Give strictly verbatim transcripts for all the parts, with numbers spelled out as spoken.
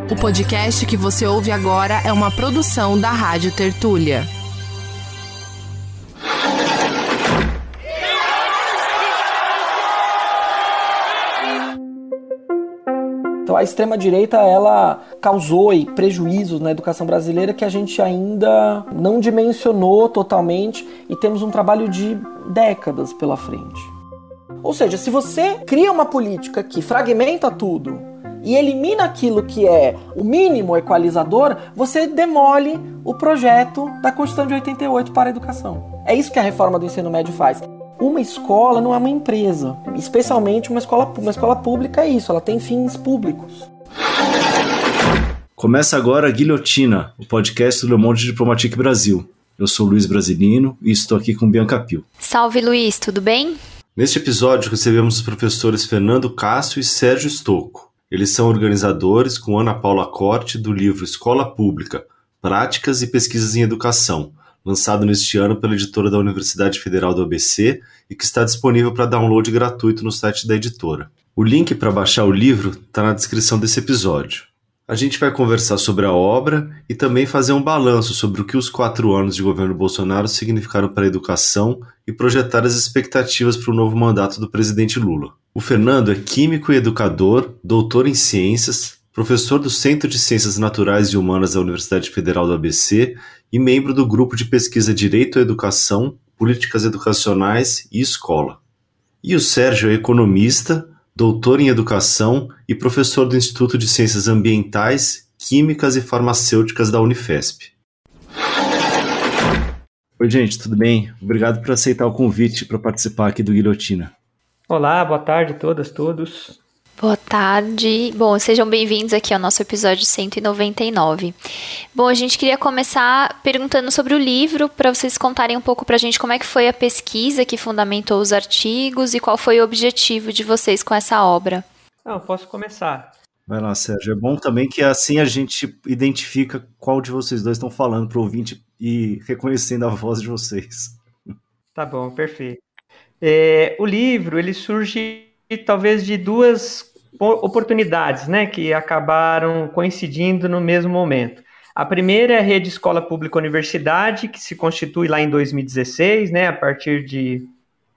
O podcast que você ouve agora é uma produção da Rádio Tertúlia. Então a extrema-direita, ela causou aí prejuízos na educação brasileira que a gente ainda não dimensionou totalmente e temos um trabalho de décadas pela frente. Ou seja, se você cria uma política que fragmenta tudo e elimina aquilo que é o mínimo equalizador, você demole o projeto da Constituição de oitenta e oito para a educação. É isso que a reforma do ensino médio faz. Uma escola não é uma empresa, especialmente uma escola, uma escola pública é isso, ela tem fins públicos. Começa agora a Guilhotina, o podcast do Le Monde Diplomatique Brasil. Eu sou Luiz Brasilino e estou aqui com Bianca Pio. Salve, Luiz, tudo bem? Neste episódio recebemos os professores Fernando Cássio e Sérgio Stocco. Eles são organizadores com Ana Paula Corte do livro Escola Pública, Práticas e Pesquisas em Educação, lançado neste ano pela editora da Universidade Federal do A B C e que está disponível para download gratuito no site da editora. O link para baixar o livro está na descrição desse episódio. A gente vai conversar sobre a obra e também fazer um balanço sobre o que os quatro anos de governo Bolsonaro significaram para a educação e projetar as expectativas para o novo mandato do presidente Lula. O Fernando é químico e educador, doutor em ciências, professor do Centro de Ciências Naturais e Humanas da Universidade Federal do A B C e membro do grupo de pesquisa Direito à Educação, Políticas Educacionais e Escola. E o Sérgio é economista, doutor em Educação e professor do Instituto de Ciências Ambientais, Químicas e Farmacêuticas da Unifesp. Oi, gente, tudo bem? Obrigado por aceitar o convite para participar aqui do Guilhotina. Olá, boa tarde a todas, todos. Boa tarde. Bom, sejam bem-vindos aqui ao nosso episódio cento e noventa e nove. Bom, a gente queria começar perguntando sobre o livro, para vocês contarem um pouco para a gente como é que foi a pesquisa que fundamentou os artigos e qual foi o objetivo de vocês com essa obra. Não, posso começar. Vai lá, Sérgio. É bom também que assim a gente identifica qual de vocês dois estão falando para o ouvinte e reconhecendo a voz de vocês. Tá bom, perfeito. É, o livro, ele surge talvez de duas oportunidades, né, que acabaram coincidindo no mesmo momento. A primeira é a Rede Escola Pública Universidade, que se constitui lá em dois mil e dezesseis, né, a partir de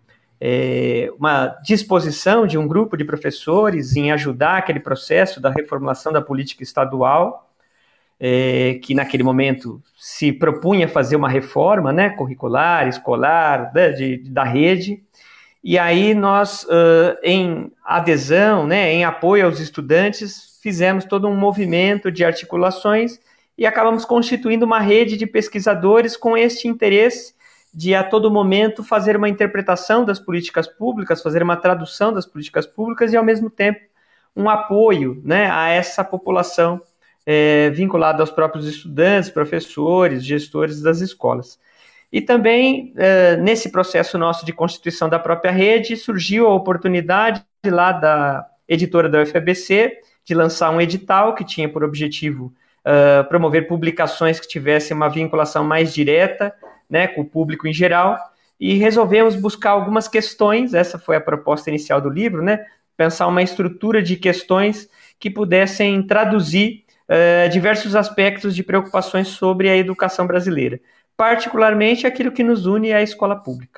é, uma disposição de um grupo de professores em ajudar aquele processo da reformulação da política estadual, é, que naquele momento se propunha fazer uma reforma, né, curricular, escolar, né, de, de, da rede. E aí nós, uh, em adesão, né, em apoio aos estudantes, fizemos todo um movimento de articulações e acabamos constituindo uma rede de pesquisadores com este interesse de, a todo momento, fazer uma interpretação das políticas públicas, fazer uma tradução das políticas públicas e, ao mesmo tempo, um apoio, né, a essa população é, vinculada aos próprios estudantes, professores, gestores das escolas. E também, uh, nesse processo nosso de constituição da própria rede, surgiu a oportunidade lá da editora da U F A B C de lançar um edital que tinha por objetivo uh, promover publicações que tivessem uma vinculação mais direta, né, com o público em geral, e resolvemos buscar algumas questões, essa foi a proposta inicial do livro, né, pensar uma estrutura de questões que pudessem traduzir uh, diversos aspectos de preocupações sobre a educação brasileira. Particularmente aquilo que nos une à escola pública.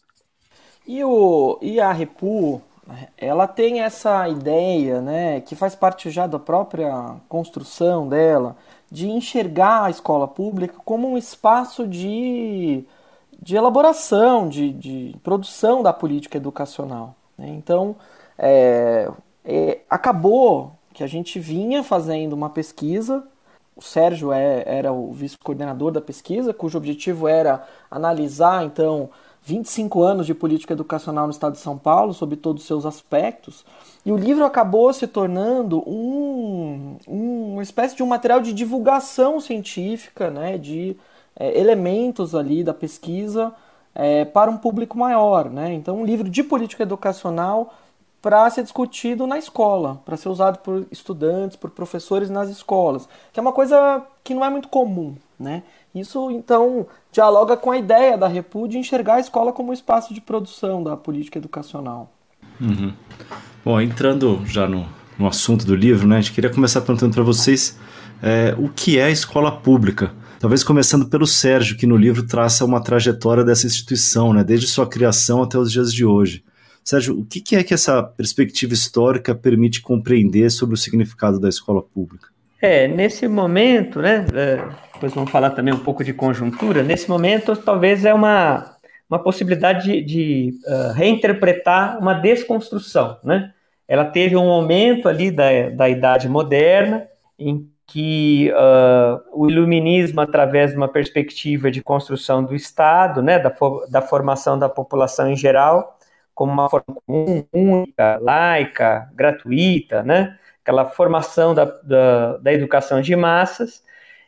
E, o, e a Repu, ela tem essa ideia, né, que faz parte já da própria construção dela, de enxergar a escola pública como um espaço de, de elaboração, de, de produção da política educacional. Né? Então, é, é, acabou que a gente vinha fazendo uma pesquisa. O Sérgio é, era o vice-coordenador da pesquisa, cujo objetivo era analisar, então, vinte e cinco anos de política educacional no estado de São Paulo, sob todos os seus aspectos, e o livro acabou se tornando um, um, uma espécie de um material de divulgação científica, né, de é, elementos ali da pesquisa é, para um público maior. Né? Então, um livro de política educacional para ser discutido na escola, para ser usado por estudantes, por professores nas escolas, que é uma coisa que não é muito comum, né? Isso, então, dialoga com a ideia da Repu de enxergar a escola como um espaço de produção da política educacional. Uhum. Bom, entrando já no, no assunto do livro, né? A gente queria começar perguntando para vocês é, o que é a escola pública. Talvez começando pelo Sérgio, que no livro traça uma trajetória dessa instituição, né? Desde sua criação até os dias de hoje. Sérgio, o que é que essa perspectiva histórica permite compreender sobre o significado da escola pública? É, nesse momento, né, depois vamos falar também um pouco de conjuntura, nesse momento talvez é uma, uma possibilidade de, de uh, reinterpretar uma desconstrução, né? Ela teve um momento ali da, da Idade Moderna, em que uh, o iluminismo, através de uma perspectiva de construção do Estado, né, da, da formação da população em geral, como uma forma comum, única, laica, gratuita, né? Aquela formação da, da, da educação de massas,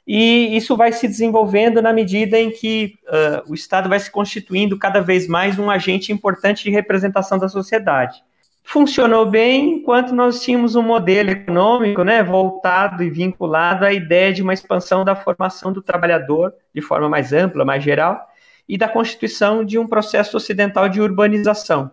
e isso vai se desenvolvendo na medida em que uh, o Estado vai se constituindo cada vez mais um agente importante de representação da sociedade. Funcionou bem enquanto nós tínhamos um modelo econômico, né, voltado e vinculado à ideia de uma expansão da formação do trabalhador de forma mais ampla, mais geral, e da constituição de um processo ocidental de urbanização.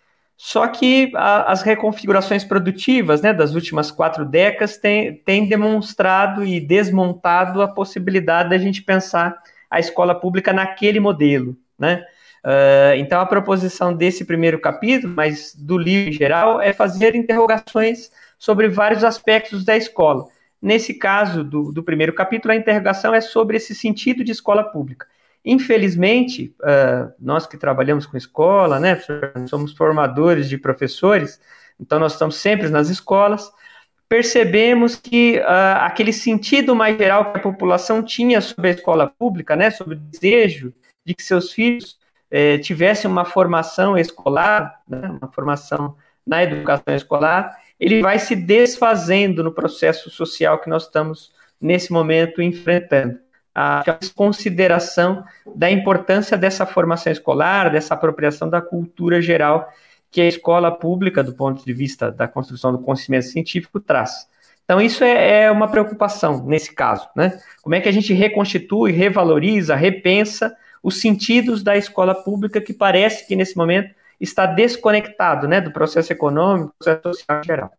Só que a, as reconfigurações produtivas, né, das últimas quatro décadas têm, têm demonstrado e desmontado a possibilidade da gente pensar a escola pública naquele modelo, né? Uh, então, a proposição desse primeiro capítulo, mas do livro em geral, é fazer interrogações sobre vários aspectos da escola. Nesse caso do, do primeiro capítulo, a interrogação é sobre esse sentido de escola pública. Infelizmente, uh, nós que trabalhamos com escola, né, somos formadores de professores, então nós estamos sempre nas escolas, percebemos que uh, aquele sentido mais geral que a população tinha sobre a escola pública, né, sobre o desejo de que seus filhos eh, tivessem uma formação escolar, né, uma formação na educação escolar, ele vai se desfazendo no processo social que nós estamos, nesse momento, enfrentando. A consideração da importância dessa formação escolar, dessa apropriação da cultura geral que a escola pública, do ponto de vista da construção do conhecimento científico, traz. Então, isso é, é uma preocupação nesse caso, né? Como é que a gente reconstitui, revaloriza, repensa os sentidos da escola pública que parece que, nesse momento, está desconectado, né, do processo econômico, do processo social em geral.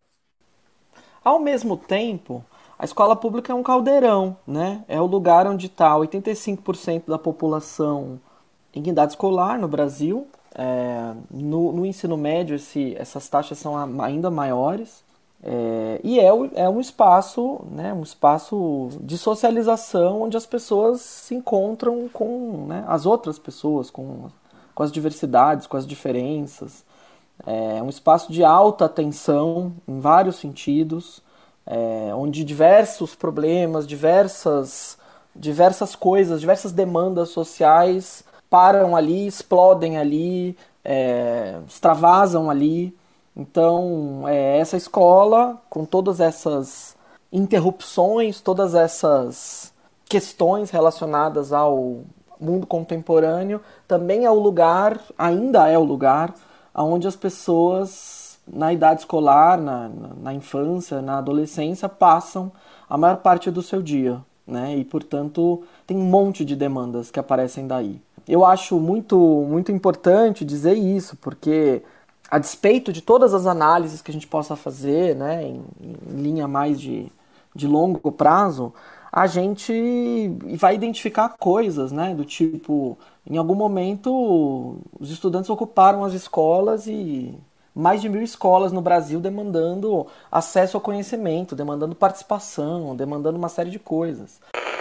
Ao mesmo tempo, a escola pública é um caldeirão, né? É o lugar onde está oitenta e cinco por cento da população em idade escolar no Brasil. É, no, no ensino médio, esse, essas taxas são ainda maiores. É, e é, é um espaço, né, um espaço de socialização onde as pessoas se encontram com, né, as outras pessoas, com, com as diversidades, com as diferenças. É um espaço de alta tensão em vários sentidos. É, onde diversos problemas, diversas, diversas coisas, diversas demandas sociais param ali, explodem ali, é, extravasam ali. Então, é, essa escola, com todas essas interrupções, todas essas questões relacionadas ao mundo contemporâneo, também é o lugar, ainda é o lugar, onde as pessoas na idade escolar, na, na infância, na adolescência, passam a maior parte do seu dia, né? E, portanto, tem um monte de demandas que aparecem daí. Eu acho muito, muito importante dizer isso, porque, a despeito de todas as análises que a gente possa fazer, né, em, em linha mais de, de longo prazo, a gente vai identificar coisas, né, do tipo, em algum momento, os estudantes ocuparam as escolas e mais de mil escolas no Brasil demandando acesso ao conhecimento, demandando participação, demandando uma série de coisas.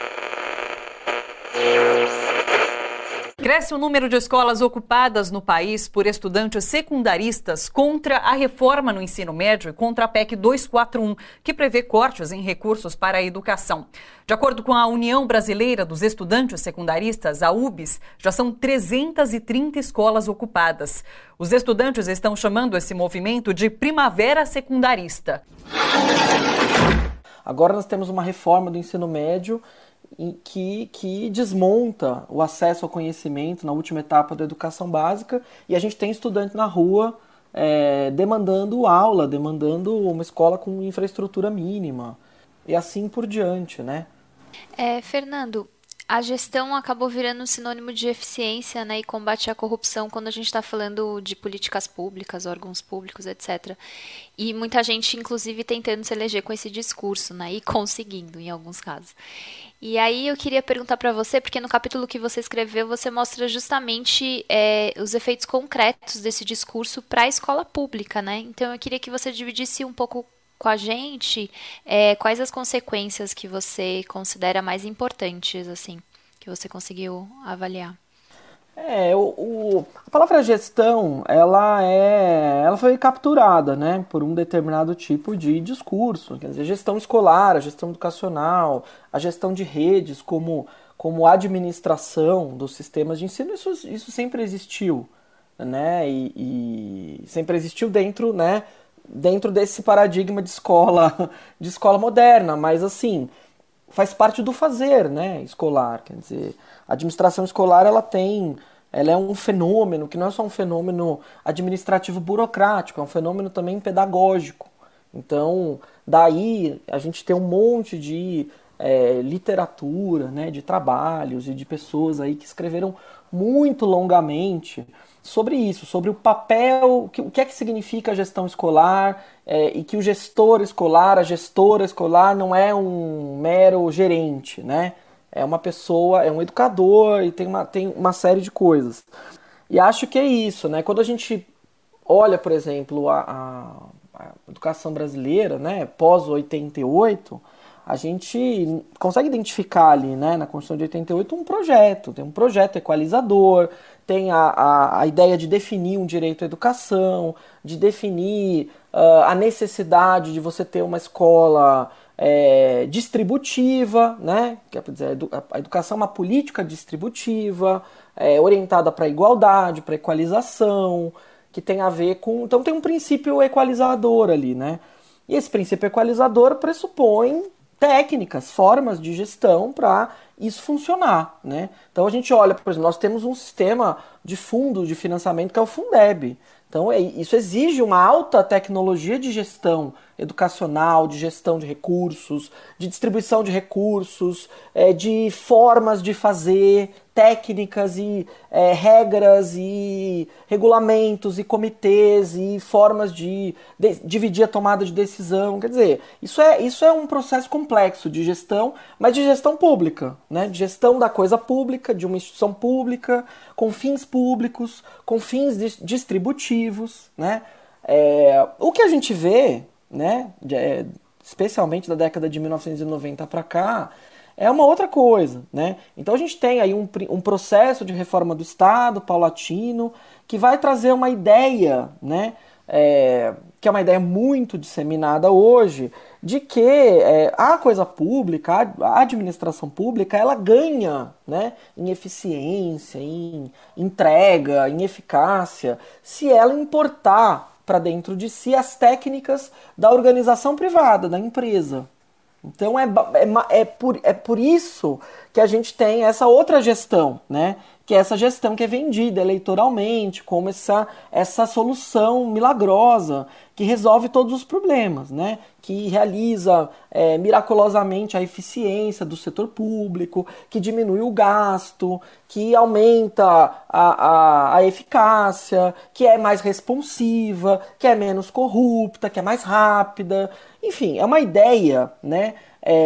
Cresce o número de escolas ocupadas no país por estudantes secundaristas contra a reforma no ensino médio e contra a P E C duzentos e quarenta e um, que prevê cortes em recursos para a educação. De acordo com a União Brasileira dos Estudantes Secundaristas, a U B S, já são trezentas e trinta escolas ocupadas. Os estudantes estão chamando esse movimento de primavera secundarista. Agora nós temos uma reforma do ensino médio Que, que desmonta o acesso ao conhecimento na última etapa da educação básica, e a gente tem estudante na rua é, demandando aula, demandando uma escola com infraestrutura mínima, e assim por diante, né? É, Fernando, A gestão acabou virando um sinônimo de eficiência, né, e combate à corrupção quando a gente está falando de políticas públicas, órgãos públicos, etcétera. E muita gente, inclusive, tentando se eleger com esse discurso, né, e conseguindo, em alguns casos. E aí eu queria perguntar para você, porque no capítulo que você escreveu, você mostra justamente é, os efeitos concretos desse discurso para a escola pública, né? Então eu queria que você dividisse um pouco com a gente é, quais as consequências que você considera mais importantes, assim, que você conseguiu avaliar. É, o, o, a palavra gestão, ela é, ela foi capturada, né, por um determinado tipo de discurso, quer dizer, gestão escolar, a gestão educacional, a gestão de redes como, como administração dos sistemas de ensino, isso, isso sempre existiu, né, e, e sempre existiu dentro, né, dentro desse paradigma de escola, de escola moderna, mas assim, faz parte do fazer, né, escolar, quer dizer, a administração escolar, ela tem, ela é um fenômeno que não é só um fenômeno administrativo burocrático, é um fenômeno também pedagógico. Então, daí a gente tem um monte de é, literatura, né, de trabalhos e de pessoas aí que escreveram muito longamente sobre isso, sobre o papel, o que é que significa a gestão escolar, é, e que o gestor escolar, a gestora escolar não é um mero gerente, né? É uma pessoa, é um educador e tem uma, tem uma série de coisas. E acho que é isso, né? Quando a gente olha, por exemplo, a, a, a educação brasileira, né, pós oitenta e oito, a gente consegue identificar ali, né, na Constituição de oitenta e oito, um projeto, tem um projeto equalizador, tem a, a, a ideia de definir um direito à educação, de definir uh, a necessidade de você ter uma escola é, distributiva, né, quer dizer, a educação é uma política distributiva, é, orientada para a igualdade, para a equalização, que tem a ver com... Então tem um princípio equalizador ali, né, e esse princípio equalizador pressupõe técnicas, formas de gestão para isso funcionar, né? Então a gente olha, por exemplo, nós temos um sistema de fundo de financiamento que é o Fundeb. Então é, isso exige uma alta tecnologia de gestão educacional, de gestão de recursos, de distribuição de recursos, é, de formas de fazer, técnicas e é, regras e regulamentos e comitês e formas de, de dividir a tomada de decisão. Quer dizer, isso é, isso é um processo complexo de gestão, mas de gestão pública, né? De gestão da coisa pública, de uma instituição pública, com fins públicos, com fins distributivos, né? É, o que a gente vê, né, é, especialmente da década de mil novecentos e noventa para cá, é uma outra coisa, né? Então a gente tem aí um, um processo de reforma do Estado paulatino que vai trazer uma ideia, né, é, que é uma ideia muito disseminada hoje, de que é, a coisa pública, a administração pública, ela ganha, né, em eficiência, em entrega, em eficácia, se ela importar para dentro de si as técnicas da organização privada, da empresa. Então é, é, é, por, é por isso que a gente tem essa outra gestão, né? Que é essa gestão que é vendida eleitoralmente como essa, essa solução milagrosa que resolve todos os problemas, né? Que realiza é, miraculosamente a eficiência do setor público, que diminui o gasto, que aumenta a, a, a eficácia, que é mais responsiva, que é menos corrupta, que é mais rápida. Enfim, é uma ideia, né,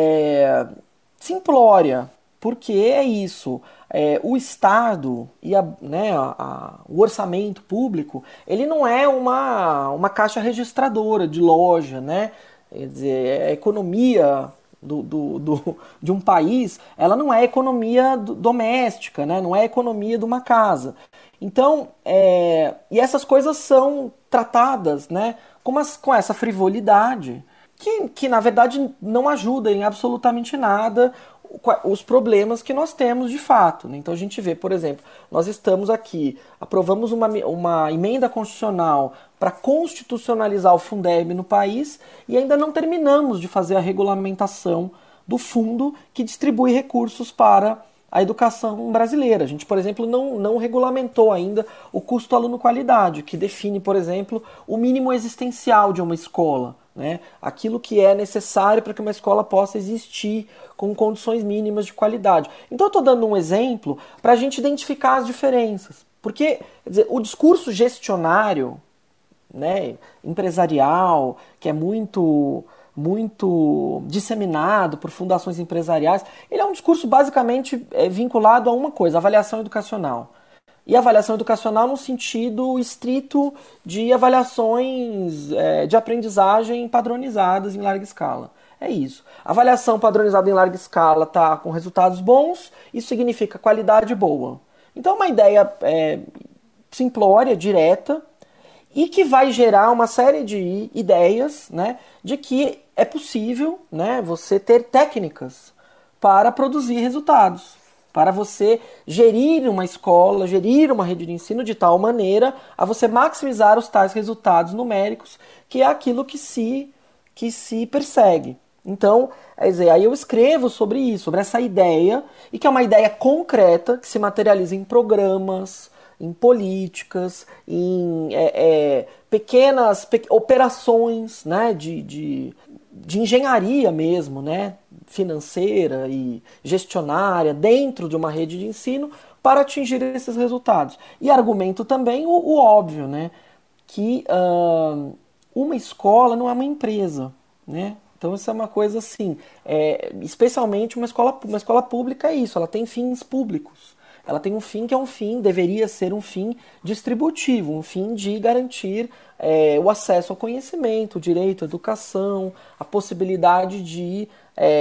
é, simplória, porque é isso. É, o Estado e a, né, a, a, o orçamento público, ele não é uma, uma caixa registradora de loja, né? Quer dizer, a economia do, do, do, de um país, ela não é economia do, doméstica, né? Não é economia de uma casa. Então, é, e essas coisas são tratadas, né, com, as, com essa frivolidade, que, que na verdade não ajuda em absolutamente nada os problemas que nós temos de fato, né? Então a gente vê, por exemplo, nós estamos aqui, aprovamos uma, uma emenda constitucional para constitucionalizar o Fundeb no país e ainda não terminamos de fazer a regulamentação do fundo que distribui recursos para a educação brasileira. A gente, por exemplo, não, não regulamentou ainda o custo aluno-qualidade, que define, por exemplo, o mínimo existencial de uma escola, né? Aquilo que é necessário para que uma escola possa existir com condições mínimas de qualidade. Então eu estou dando um exemplo para a gente identificar as diferenças. Porque, quer dizer, o discurso gestionário, né, empresarial, que é muito, muito disseminado por fundações empresariais, ele é um discurso basicamente é, vinculado a uma coisa, avaliação educacional. E avaliação educacional no sentido estrito de avaliações é, de aprendizagem padronizadas em larga escala. É isso. Avaliação padronizada em larga escala está com resultados bons, isso significa qualidade boa. Então é uma ideia é, simplória, direta, e que vai gerar uma série de ideias, né, de que é possível, né, você ter técnicas para produzir resultados. Para você gerir uma escola, gerir uma rede de ensino de tal maneira a você maximizar os tais resultados numéricos, que é aquilo que se, que se persegue. Então, quer dizer, aí eu escrevo sobre isso, sobre essa ideia, e que é uma ideia concreta, que se materializa em programas, em políticas, em é, é, pequenas pe- operações, né, de, de, de engenharia mesmo, né, financeira e gestionária dentro de uma rede de ensino para atingir esses resultados. E argumento também o, o óbvio, né, que uh, uma escola não é uma empresa, né? Então isso é uma coisa assim, é, especialmente uma escola, uma escola pública é isso, ela tem fins públicos. Ela tem um fim que é um fim, deveria ser um fim distributivo, um fim de garantir é, o acesso ao conhecimento, o direito à educação, a possibilidade de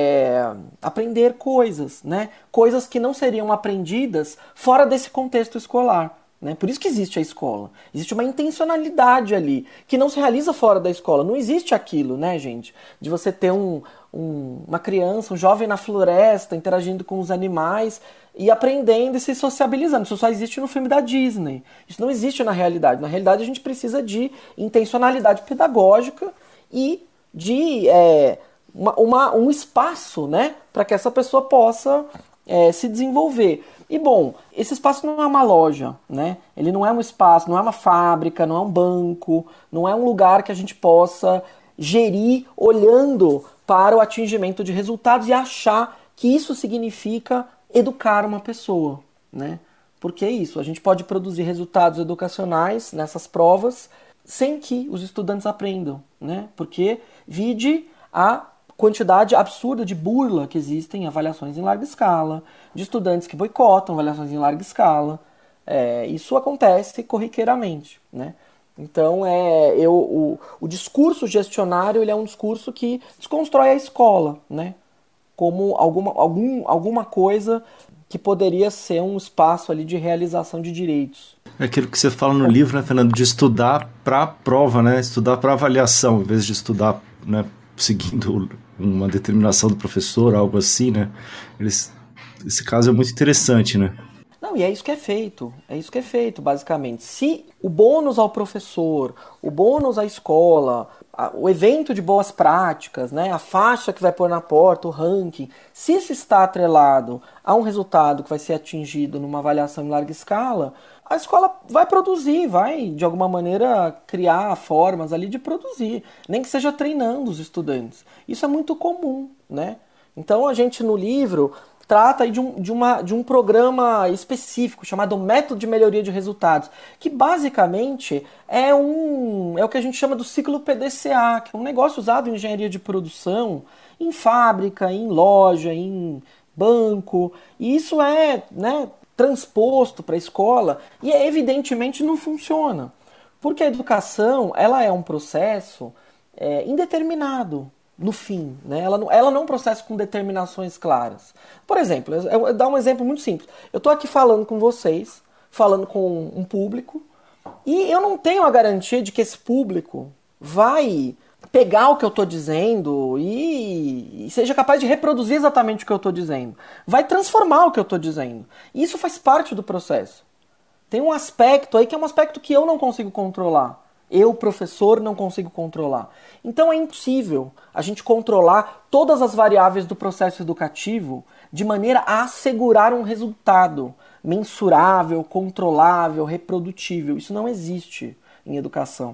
é, aprender coisas, né? Coisas que não seriam aprendidas fora desse contexto escolar. Né? Por isso que existe a escola. Existe uma intencionalidade ali, que não se realiza fora da escola. Não existe aquilo, né, gente? De você ter um, um, uma criança, um jovem na floresta, interagindo com os animais e aprendendo e se sociabilizando. Isso só existe no filme da Disney. Isso não existe na realidade. Na realidade, a gente precisa de intencionalidade pedagógica e de é, uma, uma, um espaço, né, para que essa pessoa possa é, se desenvolver. E bom, esse espaço não é uma loja, né? Ele não é um espaço, não é uma fábrica, não é um banco, não é um lugar que a gente possa gerir olhando para o atingimento de resultados e achar que isso significa educar uma pessoa, né? Porque é isso, a gente pode produzir resultados educacionais nessas provas sem que os estudantes aprendam, né? Porque vide a quantidade absurda de burla que existem em avaliações em larga escala, de estudantes que boicotam avaliações em larga escala. É, isso acontece corriqueiramente, né? Então, é, eu, o, o discurso gestionário ele é um discurso que desconstrói a escola, né? Como alguma, algum, alguma coisa que poderia ser um espaço ali de realização de direitos. É aquilo que você fala no livro, né, Fernando, de estudar para a prova, né? Estudar para avaliação, em vez de estudar, né, seguindo uma determinação do professor, algo assim, né? Eles, esse caso é muito interessante, né? Não, e é isso que é feito, é isso que é feito, basicamente. Se o bônus ao professor, o bônus à escola, a, o evento de boas práticas, né, a faixa que vai pôr na porta, o ranking, se isso está atrelado a um resultado que vai ser atingido numa avaliação em larga escala, a escola vai produzir, vai, de alguma maneira, criar formas ali de produzir, nem que seja treinando os estudantes. Isso é muito comum, né? Então, a gente, no livro, trata aí de um, de, uma, de um programa específico chamado Método de Melhoria de Resultados, que, basicamente, é, um, é o que a gente chama do ciclo P D C A, que é um negócio usado em engenharia de produção, em fábrica, em loja, em banco, e isso é, né, transposto para a escola e evidentemente não funciona. Porque a educação ela é um processo é, indeterminado no fim. Né? Ela, não, ela não é um processo com determinações claras. Por exemplo, eu, eu, eu dar um exemplo muito simples. Eu estou aqui falando com vocês, falando com um público, e eu não tenho a garantia de que esse público vai pegar o que eu estou dizendo e, e seja capaz de reproduzir exatamente o que eu estou dizendo. Vai transformar o que eu estou dizendo. E isso faz parte do processo. Tem um aspecto aí que é um aspecto que eu não consigo controlar. Eu, professor, não consigo controlar. Então é impossível a gente controlar todas as variáveis do processo educativo de maneira a assegurar um resultado mensurável, controlável, reprodutível. Isso não existe em educação.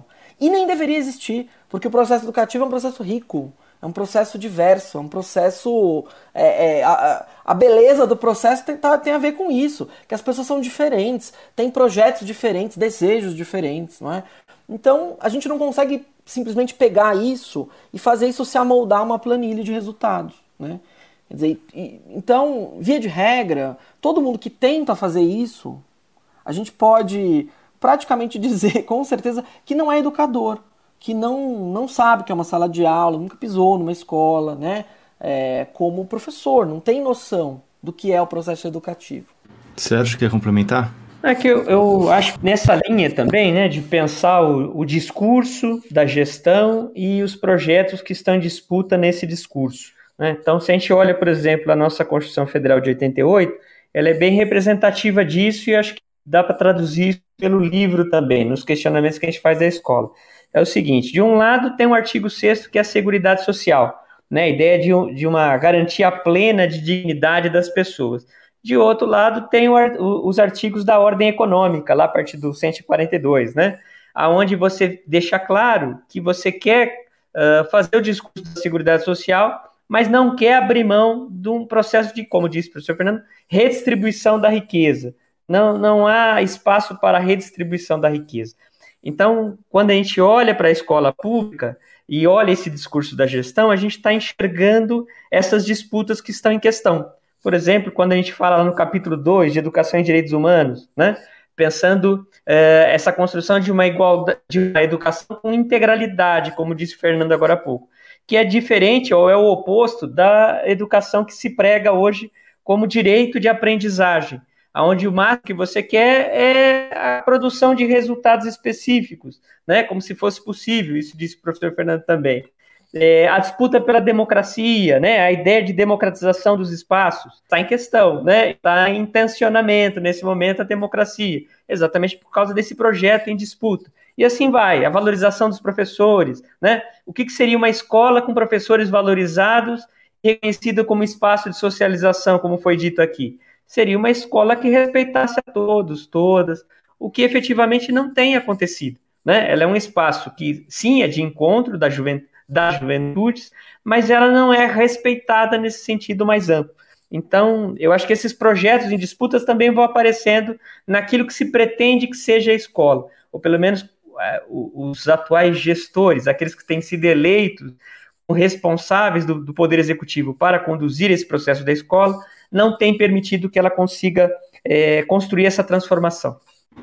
E nem deveria existir, porque o processo educativo é um processo rico, é um processo diverso, é um processo... É, é, a, a beleza do processo tem, tá, tem a ver com isso, que as pessoas são diferentes, têm projetos diferentes, desejos diferentes, não é? Então, a gente não consegue simplesmente pegar isso e fazer isso se amoldar a uma planilha de resultados, né? Quer dizer, e, então, via de regra, todo mundo que tenta fazer isso, a gente pode praticamente dizer, com certeza, que não é educador, que não, não sabe o que é uma sala de aula, nunca pisou numa escola, né? É, como professor, não tem noção do que é o processo educativo. Sérgio, quer complementar? É que eu, eu acho nessa linha também, né, de pensar o, o discurso da gestão e os projetos que estão em disputa nesse discurso, né? Então, se a gente olha, por exemplo, a nossa Constituição Federal de oitenta e oito, ela é bem representativa disso e acho que dá para traduzir isso pelo livro também, nos questionamentos que a gente faz da escola. É o seguinte, de um lado tem o artigo sexto, que é a Seguridade Social, né, a ideia de, um, de uma garantia plena de dignidade das pessoas. De outro lado, tem o, os artigos da ordem econômica, lá a partir do cento e quarenta e dois, né, onde você deixa claro que você quer uh, fazer o discurso da Seguridade Social, mas não quer abrir mão de um processo de, como disse o professor Fernando, redistribuição da riqueza. Não, não há espaço para redistribuição da riqueza. Então, quando a gente olha para a escola pública e olha esse discurso da gestão, a gente está enxergando essas disputas que estão em questão. Por exemplo, quando a gente fala lá no capítulo dois de Educação e Direitos Humanos, né, pensando eh, essa construção de uma igualdade, de uma educação com integralidade, como disse o Fernando agora há pouco, que é diferente ou é o oposto da educação que se prega hoje como direito de aprendizagem, onde o máximo que você quer é a produção de resultados específicos, né, como se fosse possível, isso disse o professor Fernando também. É, a disputa pela democracia, né, a ideia de democratização dos espaços está em questão, né, está em tensionamento nesse momento a democracia, exatamente por causa desse projeto em disputa. E assim vai, a valorização dos professores, né, o que, que seria uma escola com professores valorizados e reconhecida como espaço de socialização, como foi dito aqui? Seria uma escola que respeitasse a todos, todas, o que efetivamente não tem acontecido, né? Ela é um espaço que, sim, é de encontro da juventude, das juventudes, mas ela não é respeitada nesse sentido mais amplo. Então, eu acho que esses projetos em disputas também vão aparecendo naquilo que se pretende que seja a escola, ou pelo menos é, os atuais gestores, aqueles que têm sido eleitos responsáveis do, do Poder Executivo para conduzir esse processo da escola, não têm permitido que ela consiga é, construir essa transformação.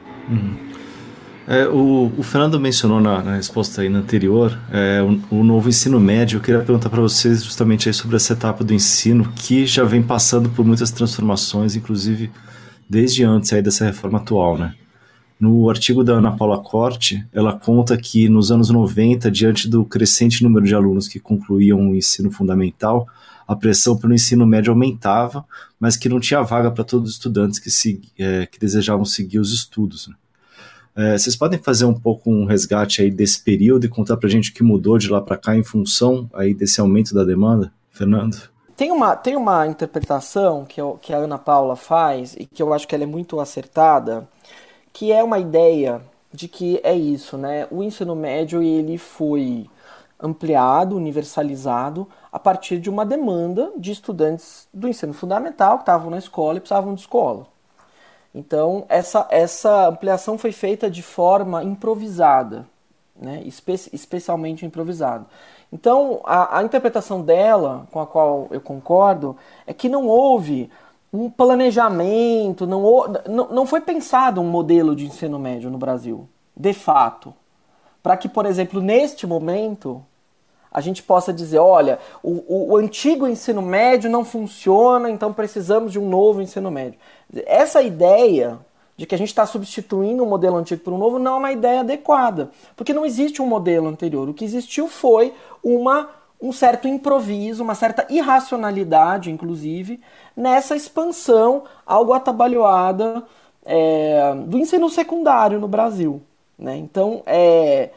Uhum. É, o, o Fernando mencionou na, na resposta aí na anterior é, o, o novo ensino médio. Eu queria perguntar para vocês justamente aí sobre essa etapa do ensino que já vem passando por muitas transformações, inclusive desde antes aí dessa reforma atual, né? No artigo da Ana Paula Corte, ela conta que nos anos noventa, diante do crescente número de alunos que concluíam o ensino fundamental, a pressão pelo ensino médio aumentava, mas que não tinha vaga para todos os estudantes que, se, é, que desejavam seguir os estudos, né? É, vocês podem fazer um pouco um resgate aí desse período e contar para a gente o que mudou de lá para cá em função aí desse aumento da demanda? Fernando? Tem uma, tem uma interpretação que, eu, que a Ana Paula faz e que eu acho que ela é muito acertada, que é uma ideia de que é isso, né? O ensino médio ele foi ampliado, universalizado, a partir de uma demanda de estudantes do ensino fundamental que estavam na escola e precisavam de escola. Então, essa, essa ampliação foi feita de forma improvisada, né? Espe- especialmente improvisada. Então, a, a interpretação dela, com a qual eu concordo, é que não houve um planejamento, não, não, não foi pensado um modelo de ensino médio no Brasil, de fato, para que, por exemplo, neste momento, a gente possa dizer, olha, o, o, o antigo ensino médio não funciona, então precisamos de um novo ensino médio. Essa ideia de que a gente está substituindo um modelo antigo por um novo não é uma ideia adequada, porque não existe um modelo anterior. O que existiu foi uma, um certo improviso, uma certa irracionalidade, inclusive, nessa expansão algo atabalhoada é, do ensino secundário no Brasil, né? Então, é...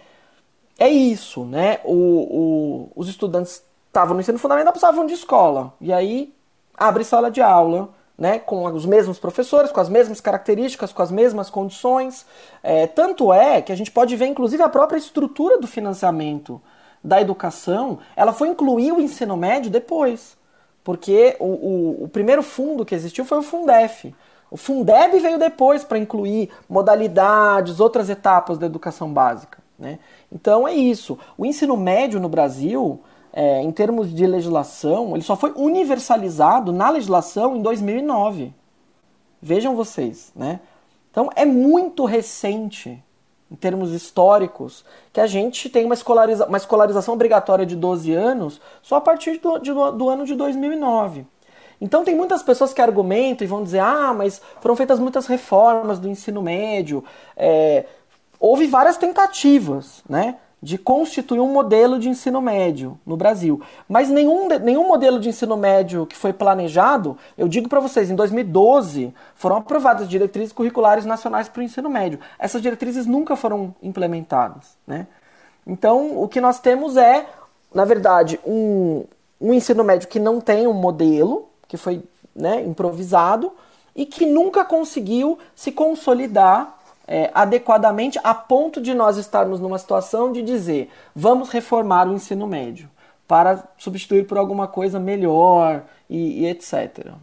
É isso, né? O, o, os estudantes estavam no ensino fundamental, precisavam de escola. E aí, abre sala de aula né, com os mesmos professores, com as mesmas características, com as mesmas condições. É, tanto é que a gente pode ver, inclusive, a própria estrutura do financiamento da educação, ela foi incluir o ensino médio depois. Porque o, o, o primeiro fundo que existiu foi o Fundef. O Fundeb veio depois para incluir modalidades, outras etapas da educação básica, né? Então é isso. O ensino médio no Brasil, é, em termos de legislação, ele só foi universalizado na legislação em dois mil e nove. Vejam vocês, né? Então é muito recente, em termos históricos, que a gente tem uma, escolariza- uma escolarização obrigatória de doze anos só a partir do, de, do ano de dois mil e nove. Então tem muitas pessoas que argumentam e vão dizer, ah, mas foram feitas muitas reformas do ensino médio, é, houve várias tentativas, né, de constituir um modelo de ensino médio no Brasil. Mas nenhum, nenhum modelo de ensino médio que foi planejado, eu digo para vocês, em dois mil e doze foram aprovadas diretrizes curriculares nacionais para o ensino médio. Essas diretrizes nunca foram implementadas, né? Então o que nós temos é, na verdade, um, um ensino médio que não tem um modelo, que foi, né, improvisado e que nunca conseguiu se consolidar é, adequadamente a ponto de nós estarmos numa situação de dizer vamos reformar o ensino médio para substituir por alguma coisa melhor e, e etcétera.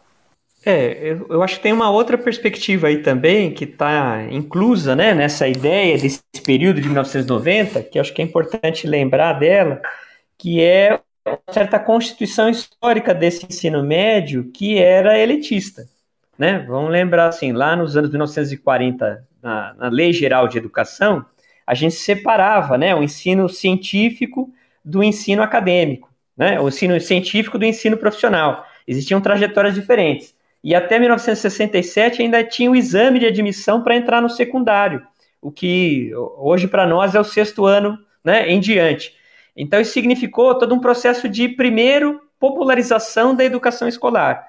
É, eu, eu acho que tem uma outra perspectiva aí também que está inclusa, né, nessa ideia desse período de mil novecentos e noventa, que eu acho que é importante lembrar dela, que é uma certa constituição histórica desse ensino médio que era elitista, né? Vamos lembrar assim, lá nos anos mil novecentos e quarenta, na, na Lei Geral de Educação, a gente separava, né, o ensino científico do ensino acadêmico, né? O ensino científico do ensino profissional. Existiam trajetórias diferentes. E até mil novecentos e sessenta e sete ainda tinha o exame de admissão para entrar no secundário, o que hoje para nós é o sexto ano, né, em diante. Então, isso significou todo um processo de, primeiro, popularização da educação escolar.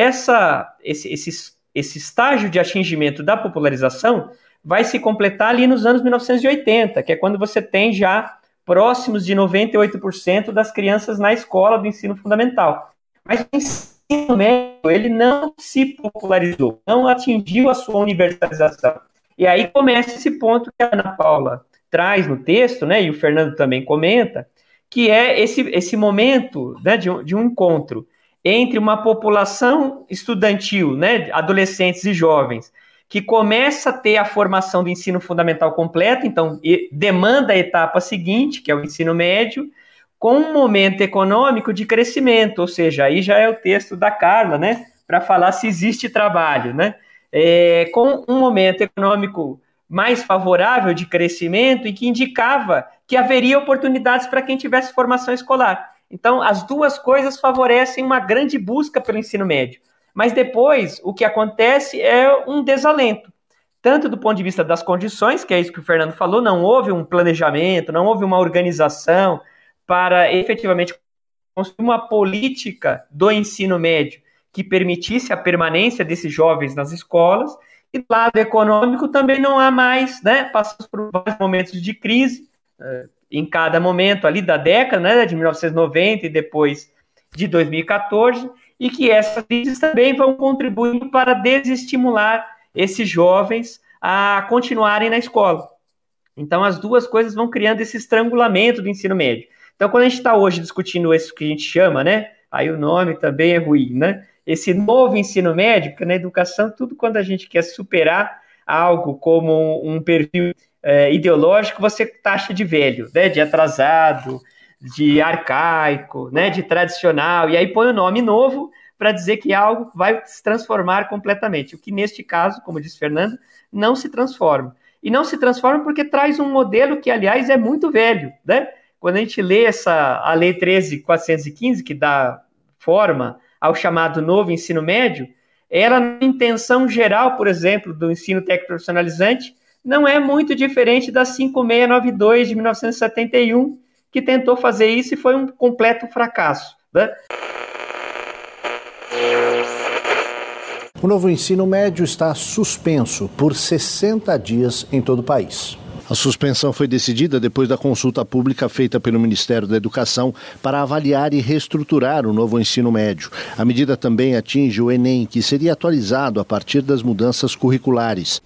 Essa, esse, esse, esse estágio de atingimento da popularização vai se completar ali nos anos mil novecentos e oitenta, que é quando você tem já próximos de noventa e oito por cento das crianças na escola do ensino fundamental. Mas o ensino médio, ele não se popularizou, não atingiu a sua universalização. E aí começa esse ponto que a Ana Paula traz no texto, né, e o Fernando também comenta, que é esse, esse momento, né, de, um, de um encontro entre uma população estudantil, né, adolescentes e jovens, que começa a ter a formação do ensino fundamental completo, então e, demanda a etapa seguinte, que é o ensino médio, com um momento econômico de crescimento, ou seja, aí já é o texto da Carla, né, para falar se existe trabalho, né, é, com um momento econômico mais favorável de crescimento e que indicava que haveria oportunidades para quem tivesse formação escolar. Então, as duas coisas favorecem uma grande busca pelo ensino médio. Mas depois, o que acontece é um desalento, tanto do ponto de vista das condições, que é isso que o Fernando falou, não houve um planejamento, não houve uma organização para efetivamente construir uma política do ensino médio que permitisse a permanência desses jovens nas escolas. E do lado econômico também não há mais, né? Passamos por vários momentos de crise, uh, em cada momento ali da década, né, de mil novecentos e noventa e depois de dois mil e catorze, e que essas crises também vão contribuindo para desestimular esses jovens a continuarem na escola. Então as duas coisas vão criando esse estrangulamento do ensino médio. Então quando a gente está hoje discutindo isso que a gente chama, né, aí o nome também é ruim, né, esse novo ensino médio, porque na educação, tudo quando a gente quer superar algo como um perfil é, ideológico, você taxa de velho, né, de atrasado, de arcaico, né, de tradicional, e aí põe o nome novo para dizer que algo vai se transformar completamente, o que neste caso, como disse Fernando, não se transforma. E não se transforma porque traz um modelo que, aliás, é muito velho, né? Quando a gente lê essa, a Lei treze mil quatrocentos e quinze, que dá forma ao chamado novo ensino médio, ela, na intenção geral, por exemplo, do ensino técnico profissionalizante, não é muito diferente da cinco mil seiscentos e noventa e dois de mil novecentos e setenta e um, que tentou fazer isso e foi um completo fracasso, né? O novo ensino médio está suspenso por sessenta dias em todo o país. A suspensão foi decidida depois da consulta pública feita pelo Ministério da Educação para avaliar e reestruturar o novo ensino médio. A medida também atinge o Enem, que seria atualizado a partir das mudanças curriculares.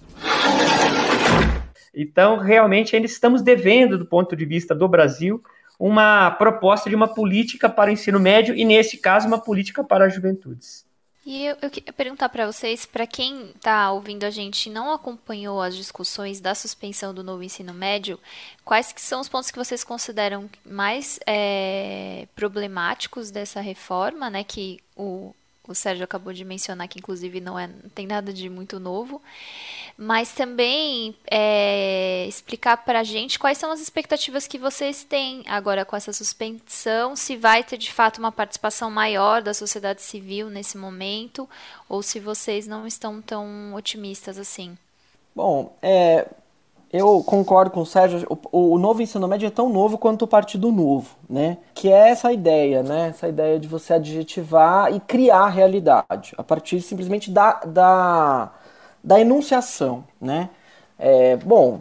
Então, realmente, ainda estamos devendo, do ponto de vista do Brasil, uma proposta de uma política para o ensino médio e, nesse caso, uma política para as juventudes. E eu, eu queria perguntar para vocês, para quem está ouvindo a gente e não acompanhou as discussões da suspensão do novo ensino médio, quais que são os pontos que vocês consideram mais é, problemáticos dessa reforma, né, que o, o Sérgio acabou de mencionar, que inclusive não, é, não tem nada de muito novo, mas também é, explicar para a gente quais são as expectativas que vocês têm agora com essa suspensão, se vai ter de fato uma participação maior da sociedade civil nesse momento, ou se vocês não estão tão otimistas assim. Bom, é, eu concordo com o Sérgio, o, o novo ensino médio é tão novo quanto o Partido Novo, né? Que é essa ideia, né? Essa ideia de você adjetivar e criar a realidade, a partir simplesmente da... da da enunciação, né? É, bom,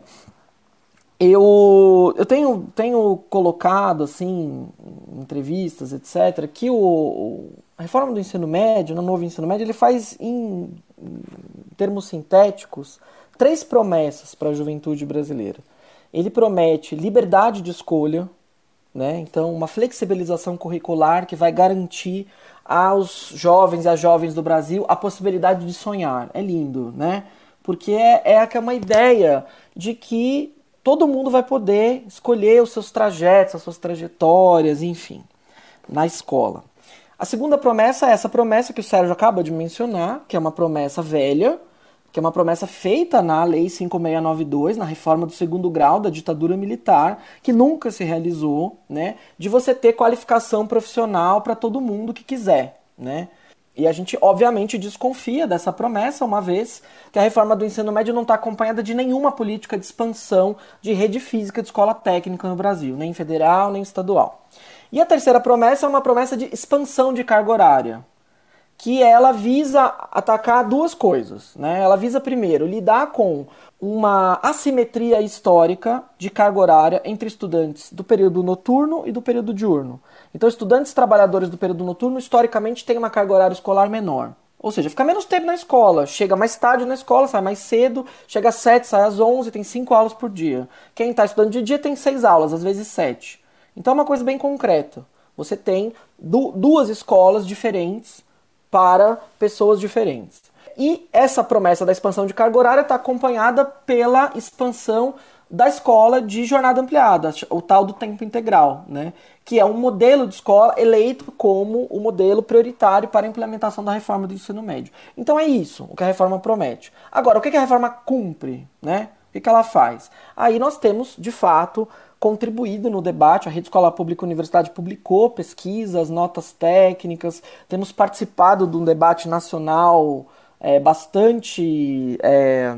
eu, eu tenho, tenho colocado, assim, em entrevistas, etcétera, que o, a reforma do ensino médio, no novo ensino médio, ele faz, em, em termos sintéticos, três promessas para a juventude brasileira. Ele promete liberdade de escolha, né? Então, uma flexibilização curricular que vai garantir aos jovens e às jovens do Brasil a possibilidade de sonhar. É lindo, né? Porque é, é uma ideia de que todo mundo vai poder escolher os seus trajetos, as suas trajetórias, enfim, na escola. A segunda promessa é essa promessa que o Sérgio acaba de mencionar, que é uma promessa velha, que é uma promessa feita na Lei cinco mil seiscentos e noventa e dois, na reforma do segundo grau da ditadura militar, que nunca se realizou, né, de você ter qualificação profissional para todo mundo que quiser, né? E a gente, obviamente, desconfia dessa promessa, uma vez que a reforma do ensino médio não está acompanhada de nenhuma política de expansão de rede física de escola técnica no Brasil, nem federal, nem estadual. E a terceira promessa é uma promessa de expansão de carga horária, que ela visa atacar duas coisas, né? Ela visa, primeiro, lidar com uma assimetria histórica de carga horária entre estudantes do período noturno e do período diurno. Então, estudantes trabalhadores do período noturno, historicamente, têm uma carga horária escolar menor. Ou seja, fica menos tempo na escola, chega mais tarde na escola, sai mais cedo, chega às sete, sai às onze, tem cinco aulas por dia. Quem está estudando de dia tem seis aulas, às vezes sete. Então, é uma coisa bem concreta. Você tem du- duas escolas diferentes para pessoas diferentes. E essa promessa da expansão de carga horária está acompanhada pela expansão da escola de jornada ampliada, o tal do tempo integral, né? Que é um modelo de escola eleito como o modelo prioritário para a implementação da reforma do ensino médio. Então é isso o que a reforma promete. Agora, o que a reforma cumpre, né? O que ela faz? Aí nós temos, de fato, contribuído no debate, a Rede Escola Pública Universidade publicou pesquisas, notas técnicas, temos participado de um debate nacional é, bastante, é,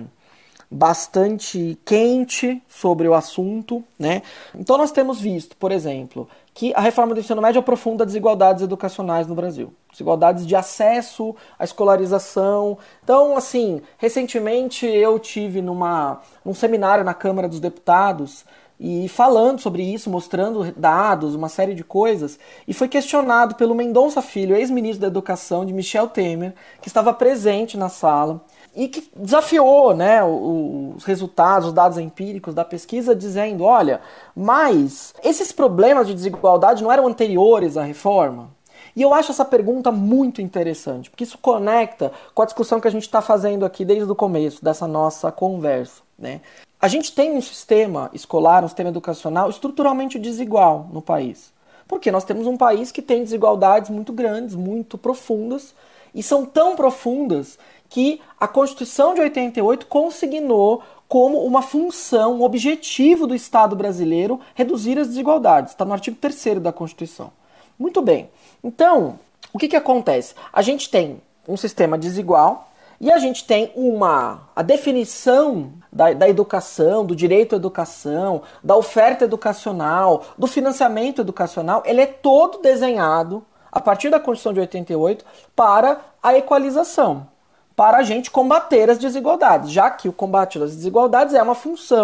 bastante quente sobre o assunto, né? Então nós temos visto, por exemplo, que a reforma do ensino médio aprofunda desigualdades educacionais no Brasil. Desigualdades de acesso à escolarização. Então, assim, recentemente eu tive numa, num seminário na Câmara dos Deputados e falando sobre isso, mostrando dados, uma série de coisas, e foi questionado pelo Mendonça Filho, ex-ministro da Educação de Michel Temer, que estava presente na sala, e que desafiou, né, os resultados, os dados empíricos da pesquisa, dizendo, olha, mas esses problemas de desigualdade não eram anteriores à reforma? E eu acho essa pergunta muito interessante, porque isso conecta com a discussão que a gente está fazendo aqui desde o começo dessa nossa conversa, né? A gente tem um sistema escolar, um sistema educacional estruturalmente desigual no país. Porque nós temos um país que tem desigualdades muito grandes, muito profundas, e são tão profundas que a Constituição de oitenta e oito consignou como uma função, um objetivo do Estado brasileiro reduzir as desigualdades. Está no artigo terceiro da Constituição. Muito bem. Então, o que que acontece? A gente tem um sistema desigual e a gente tem uma a definição da, da educação, do direito à educação, da oferta educacional, do financiamento educacional, ele é todo desenhado a partir da Constituição de oitenta e oito para a equalização, para a gente combater as desigualdades, já que o combate às desigualdades é uma função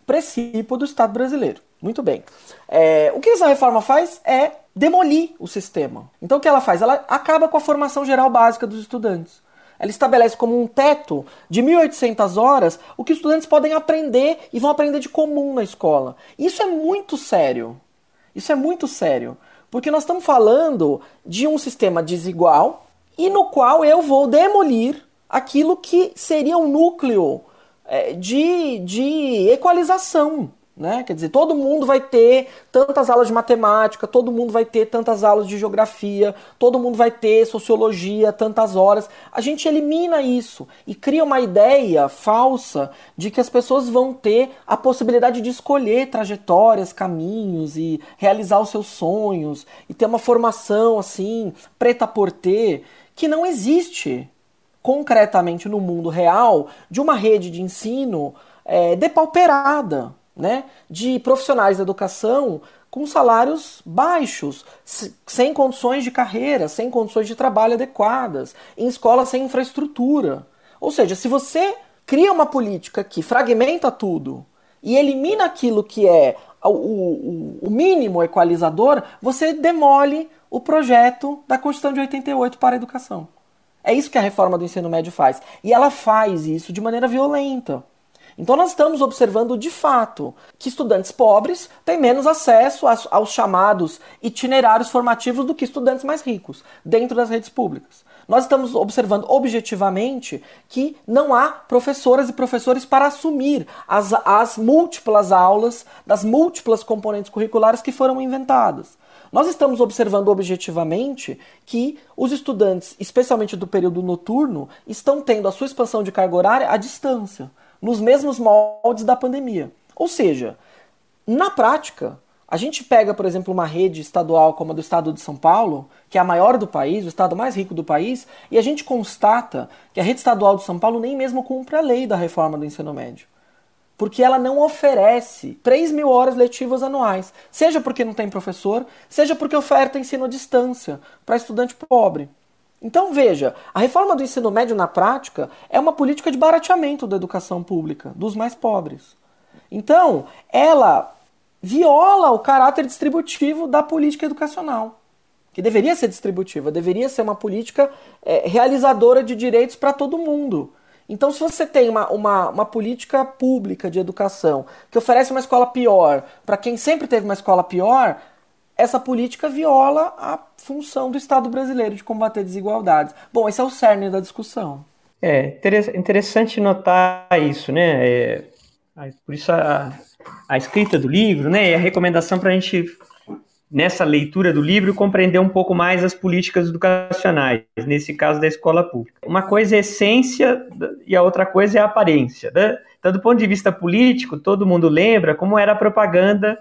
precípio do Estado brasileiro. Muito bem. É, o que essa reforma faz é demolir o sistema. Então o que ela faz? Ela acaba com a formação geral básica dos estudantes. Ela estabelece como um teto de mil e oitocentas horas o que os estudantes podem aprender e vão aprender de comum na escola. Isso é muito sério. Isso é muito sério. Porque nós estamos falando de um sistema desigual e no qual eu vou demolir aquilo que seria um núcleo é, de, de equalização. Né? Quer dizer, todo mundo vai ter tantas aulas de matemática, todo mundo vai ter tantas aulas de geografia, todo mundo vai ter sociologia, tantas horas. A gente elimina isso e cria uma ideia falsa de que as pessoas vão ter a possibilidade de escolher trajetórias, caminhos e realizar os seus sonhos e ter uma formação assim, preta por ter, que não existe concretamente no mundo real de uma rede de ensino é, depauperada. Né, de profissionais da educação com salários baixos, sem condições de carreira, sem condições de trabalho adequadas, em escolas sem infraestrutura. Ou seja, se você cria uma política que fragmenta tudo e elimina aquilo que é o, o, o mínimo equalizador, você demole o projeto da Constituição de oitenta e oito para a educação. É isso que a reforma do ensino médio faz. E ela faz isso de maneira violenta. Então nós estamos observando de fato que estudantes pobres têm menos acesso aos, aos chamados itinerários formativos do que estudantes mais ricos, dentro das redes públicas. Nós estamos observando objetivamente que não há professoras e professores para assumir as, as múltiplas aulas das múltiplas componentes curriculares que foram inventadas. Nós estamos observando objetivamente que os estudantes, especialmente do período noturno, estão tendo a sua expansão de carga horária à distância, nos mesmos moldes da pandemia. Ou seja, na prática, a gente pega, por exemplo, uma rede estadual como a do estado de São Paulo, que é a maior do país, o estado mais rico do país, e a gente constata que a rede estadual de São Paulo nem mesmo cumpre a lei da reforma do ensino médio. Porque ela não oferece três mil horas letivas anuais, seja porque não tem professor, seja porque oferta ensino à distância para estudante pobre. Então veja, a reforma do ensino médio na prática é uma política de barateamento da educação pública, dos mais pobres. Então, ela viola o caráter distributivo da política educacional, que deveria ser distributiva, deveria ser uma política é, realizadora de direitos para todo mundo. Então, se você tem uma, uma, uma política pública de educação que oferece uma escola pior para quem sempre teve uma escola pior, essa política viola a função do Estado brasileiro de combater desigualdades. Bom, esse é o cerne da discussão. É interessante notar isso, né? É, por isso a, a escrita do livro, né? E a recomendação para a gente, nessa leitura do livro, compreender um pouco mais as políticas educacionais, nesse caso da escola pública. Uma coisa é essência e a outra coisa é a aparência, né? Então, do ponto de vista político, todo mundo lembra como era a propaganda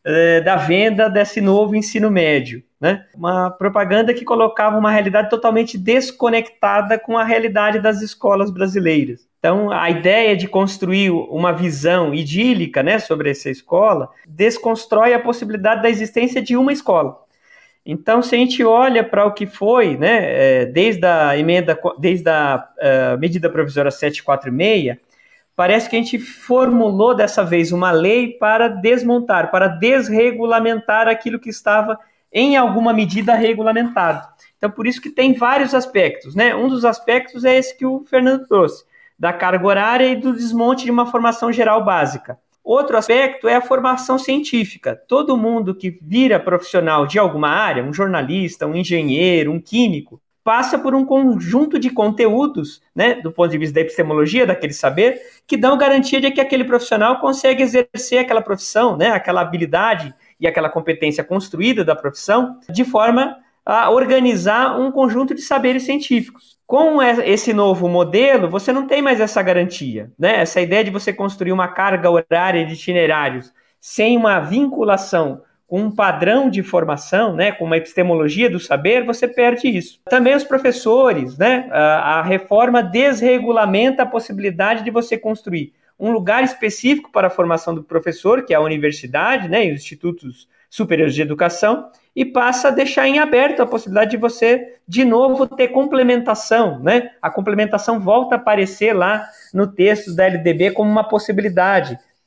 da venda desse novo ensino médio, né? Uma propaganda que colocava uma realidade totalmente desconectada com a realidade das escolas brasileiras. Então, a ideia de construir uma visão idílica, né, sobre essa escola desconstrói a possibilidade da existência de uma escola. Então, se a gente olha para o que foi, né, desde a emenda, desde a uh, medida provisória setecentos e quarenta e seis, parece que a gente formulou dessa vez uma lei para desmontar, para desregulamentar aquilo que estava em alguma medida regulamentado. Então, por isso que tem vários aspectos, né? Um dos aspectos é esse que o Fernando trouxe, da carga horária e do desmonte de uma formação geral básica. Outro aspecto é a formação científica. Todo mundo que vira profissional de alguma área, um jornalista, um engenheiro, um químico, passa por um conjunto de conteúdos, né, do ponto de vista da epistemologia, daquele saber, que dão garantia de que aquele profissional consegue exercer aquela profissão, né, aquela habilidade e aquela competência construída da profissão, de forma a organizar um conjunto de saberes científicos. Com esse novo modelo, você não tem mais essa garantia, né? Essa ideia de você construir uma carga horária de itinerários sem uma vinculação com um padrão de formação, né, com uma epistemologia do saber, você perde isso. Também os professores, né, a, a reforma desregulamenta a possibilidade de você construir um lugar específico para a formação do professor, que é a universidade, né, e os institutos superiores de educação, e passa a deixar em aberto a possibilidade de você, de novo, ter complementação, né? A complementação volta a aparecer lá no texto da L D B como uma possibilidade.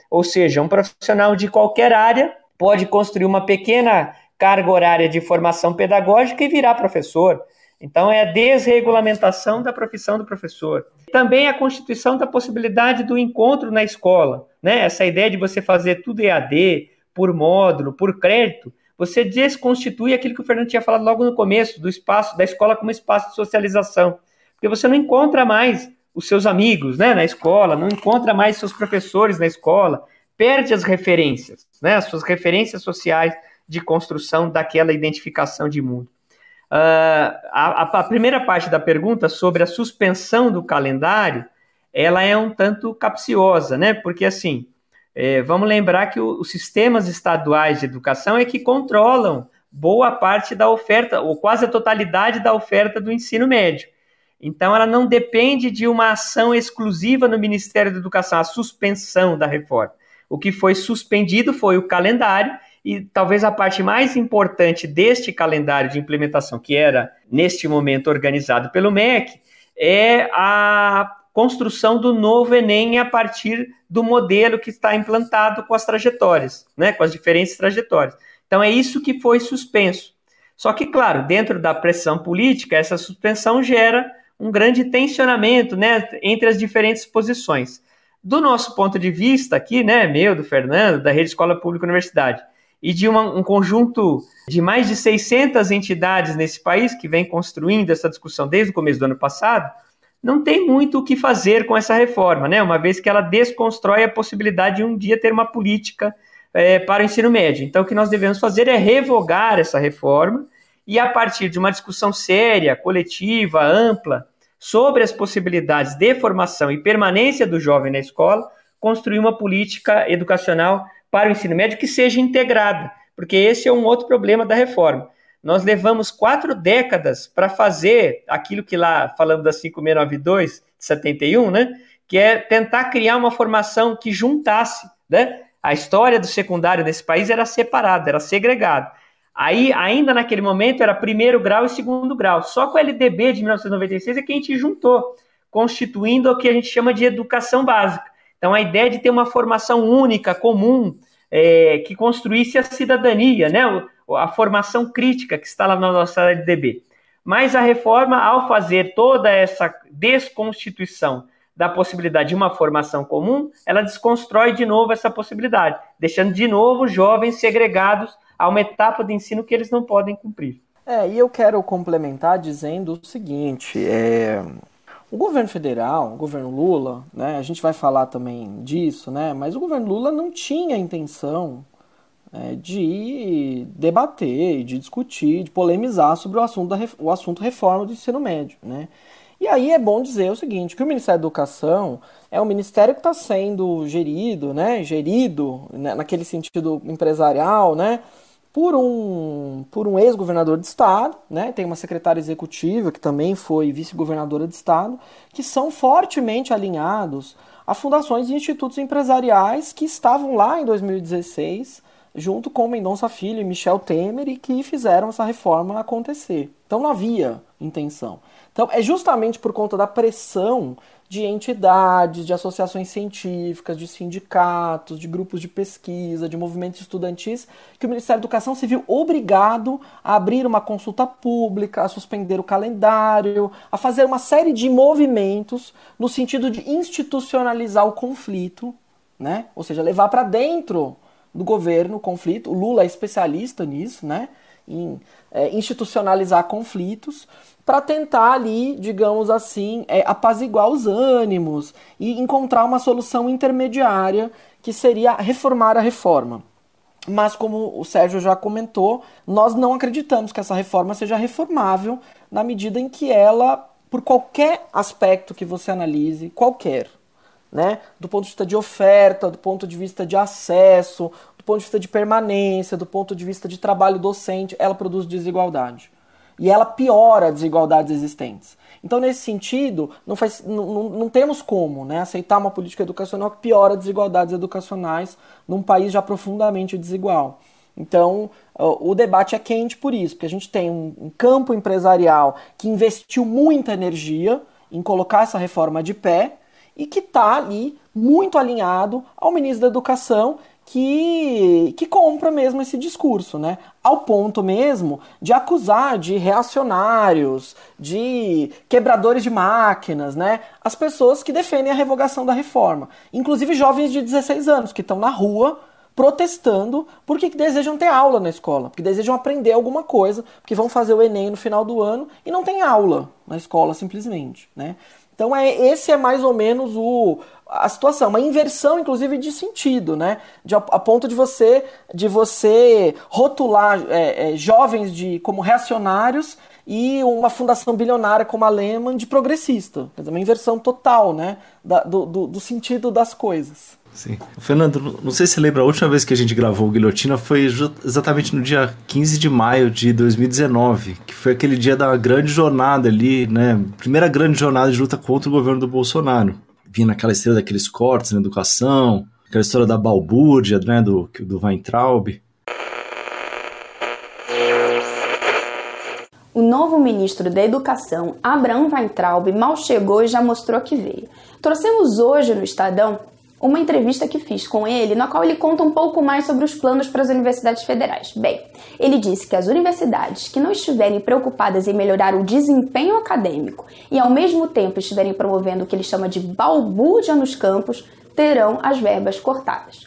ou seja, um profissional de qualquer área pode construir uma pequena carga horária de formação pedagógica e virar professor. Então, é a desregulamentação da profissão do professor. Também a constituição da possibilidade do encontro na escola, né? Essa ideia de você fazer tudo E A D, por módulo, por crédito, você desconstitui aquilo que o Fernando tinha falado logo no começo, do espaço da escola como espaço de socialização. Porque você não encontra mais os seus amigos, né, na escola, não encontra mais seus professores na escola, perde as referências, né, as suas referências sociais de construção daquela identificação de mundo. Uh, a, a primeira parte da pergunta sobre a suspensão do calendário, ela é um tanto capciosa, né? Porque, assim, é, vamos lembrar que o, os sistemas estaduais de educação é que controlam boa parte da oferta, ou quase a totalidade da oferta do ensino médio. Então, ela não depende de uma ação exclusiva no Ministério da Educação, a suspensão da reforma. O que foi suspendido foi o calendário, e talvez a parte mais importante deste calendário de implementação, que era, neste momento, organizado pelo M E C, é a construção do novo Enem a partir do modelo que está implantado com as trajetórias, né, com as diferentes trajetórias. Então, é isso que foi suspenso. Só que, claro, dentro da pressão política, essa suspensão gera um grande tensionamento, né, entre as diferentes posições. Do nosso ponto de vista aqui, né, meu, do Fernando, da Rede Escola Pública Universidade, e de uma, um conjunto de mais de seiscentas entidades nesse país que vem construindo essa discussão desde o começo do ano passado, não tem muito o que fazer com essa reforma, né? Uma vez que ela desconstrói a possibilidade de um dia ter uma política é, para o ensino médio. Então, o que nós devemos fazer é revogar essa reforma e, a partir de uma discussão séria, coletiva, ampla, sobre as possibilidades de formação e permanência do jovem na escola, construir uma política educacional para o ensino médio que seja integrada, porque esse é um outro problema da reforma. Nós levamos quatro décadas para fazer aquilo que lá falamos da cinco mil seiscentos e noventa e dois, de setenta e um, né, que é tentar criar uma formação que juntasse, né, a história do secundário nesse país era separada, era segregado. Aí, ainda naquele momento, era primeiro grau e segundo grau. Só com o L D B de mil novecentos e noventa e seis é que a gente juntou, constituindo o que a gente chama de educação básica. Então, a ideia de ter uma formação única, comum, é, que construísse a cidadania, né? A formação crítica que está lá na nossa L D B. Mas a reforma, ao fazer toda essa desconstituição da possibilidade de uma formação comum, ela desconstrói de novo essa possibilidade, deixando de novo jovens segregados a uma etapa de ensino que eles não podem cumprir. É, e eu quero complementar dizendo o seguinte, é... O governo federal, o governo Lula, né, a gente vai falar também disso, né, mas o governo Lula não tinha intenção é, de debater, de discutir, de polemizar sobre o assunto, da, o assunto reforma do ensino médio, né. E aí é bom dizer o seguinte, que o Ministério da Educação é um ministério que está sendo gerido, né, gerido né, naquele sentido empresarial, né, por um, por um ex-governador de estado, né? Tem uma secretária executiva que também foi vice-governadora de estado, que são fortemente alinhados a fundações e institutos empresariais que estavam lá em dois mil e dezesseis, junto com Mendonça Filho e Michel Temer, e que fizeram essa reforma acontecer. Então não havia intenção. Então é justamente por conta da pressão de entidades, de associações científicas, de sindicatos, de grupos de pesquisa, de movimentos estudantis, que o Ministério da Educação se viu obrigado a abrir uma consulta pública, a suspender o calendário, a fazer uma série de movimentos no sentido de institucionalizar o conflito, né? Ou seja, levar para dentro do governo o conflito. O Lula é especialista nisso, né? Em é, institucionalizar conflitos, para tentar ali, digamos assim, é, apaziguar os ânimos e encontrar uma solução intermediária que seria reformar a reforma. Mas, como o Sérgio já comentou, nós não acreditamos que essa reforma seja reformável na medida em que ela, por qualquer aspecto que você analise, qualquer, né, do ponto de vista de oferta, do ponto de vista de acesso, do ponto de vista de permanência, do ponto de vista de trabalho docente, ela produz desigualdade. E ela piora as desigualdades existentes. Então, nesse sentido, não, faz, não, não, não temos como, né, aceitar uma política educacional que piora as desigualdades educacionais num país já profundamente desigual. Então, o debate é quente por isso, porque a gente tem um, um campo empresarial que investiu muita energia em colocar essa reforma de pé, e que está ali muito alinhado ao ministro da Educação, que, que compra mesmo esse discurso, né? Ao ponto mesmo de acusar de reacionários, de quebradores de máquinas, né? As pessoas que defendem a revogação da reforma. Inclusive jovens de dezesseis anos que estão na rua protestando porque desejam ter aula na escola, porque desejam aprender alguma coisa, porque vão fazer o Enem no final do ano e não tem aula na escola simplesmente, né? Então é, esse é mais ou menos o, a situação, uma inversão inclusive de sentido, né? De, a, a ponto de você, de você rotular é, é, jovens de, como reacionários e uma fundação bilionária como a Lehman de progressista. Quer dizer, uma inversão total, né? Da, do, do, do sentido das coisas. Sim. Fernando, não sei se você lembra, a última vez que a gente gravou o Guilhotina foi exatamente no dia quinze de maio de dois mil e dezenove, que foi aquele dia da grande jornada ali, né? Primeira grande jornada de luta contra o governo do Bolsonaro. Vinha naquela estrela daqueles cortes na educação, aquela história da balbúrdia, né? Do, do Weintraub. O novo ministro da Educação, Abraham Weintraub, mal chegou e já mostrou que veio. Trouxemos hoje no Estadão uma entrevista que fiz com ele, na qual ele conta um pouco mais sobre os planos para as universidades federais. Bem, ele disse que as universidades que não estiverem preocupadas em melhorar o desempenho acadêmico e ao mesmo tempo estiverem promovendo o que ele chama de balbúrdia nos campos, terão as verbas cortadas.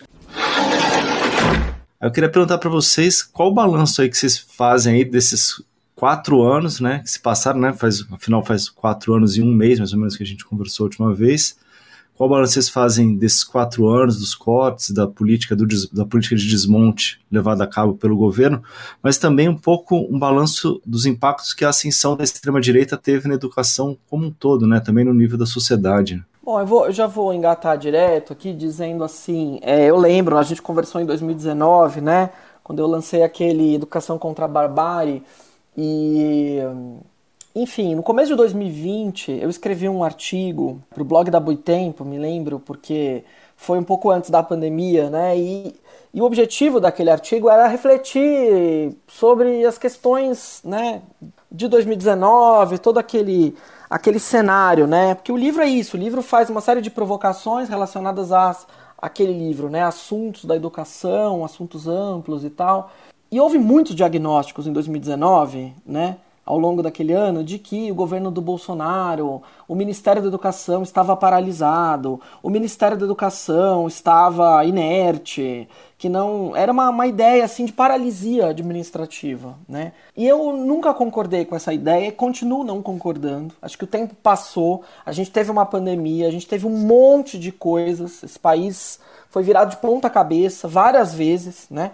Eu queria perguntar para vocês qual o balanço aí que vocês fazem aí desses quatro anos, né, que se passaram, né, faz, afinal faz quatro anos e um mês, mais ou menos, que a gente conversou a última vez. Qual balanço vocês fazem desses quatro anos, dos cortes, da política, do, da política de desmonte levada a cabo pelo governo, mas também um pouco um balanço dos impactos que a ascensão da extrema-direita teve na educação como um todo, né? Também no nível da sociedade. Bom, eu, vou, eu já vou engatar direto aqui dizendo assim, é, eu lembro, a gente conversou em dois mil e dezenove, né? Quando eu lancei aquele Educação contra a Barbárie e... Enfim, no começo de dois mil e vinte, eu escrevi um artigo para o blog da Boitempo, me lembro, porque foi um pouco antes da pandemia, né? E, e o objetivo daquele artigo era refletir sobre as questões, né, de dois mil e dezenove, todo aquele, aquele cenário, né? Porque o livro é isso, o livro faz uma série de provocações relacionadas a aquele livro, né? Assuntos da educação, assuntos amplos e tal. E houve muitos diagnósticos em dois mil e dezenove, né? Ao longo daquele ano, de que o governo do Bolsonaro, o Ministério da Educação estava paralisado, o Ministério da Educação estava inerte, que não... Era uma, uma ideia, assim, de paralisia administrativa, né? E eu nunca concordei com essa ideia e continuo não concordando. Acho que o tempo passou, a gente teve uma pandemia, a gente teve um monte de coisas, esse país foi virado de ponta cabeça várias vezes, né?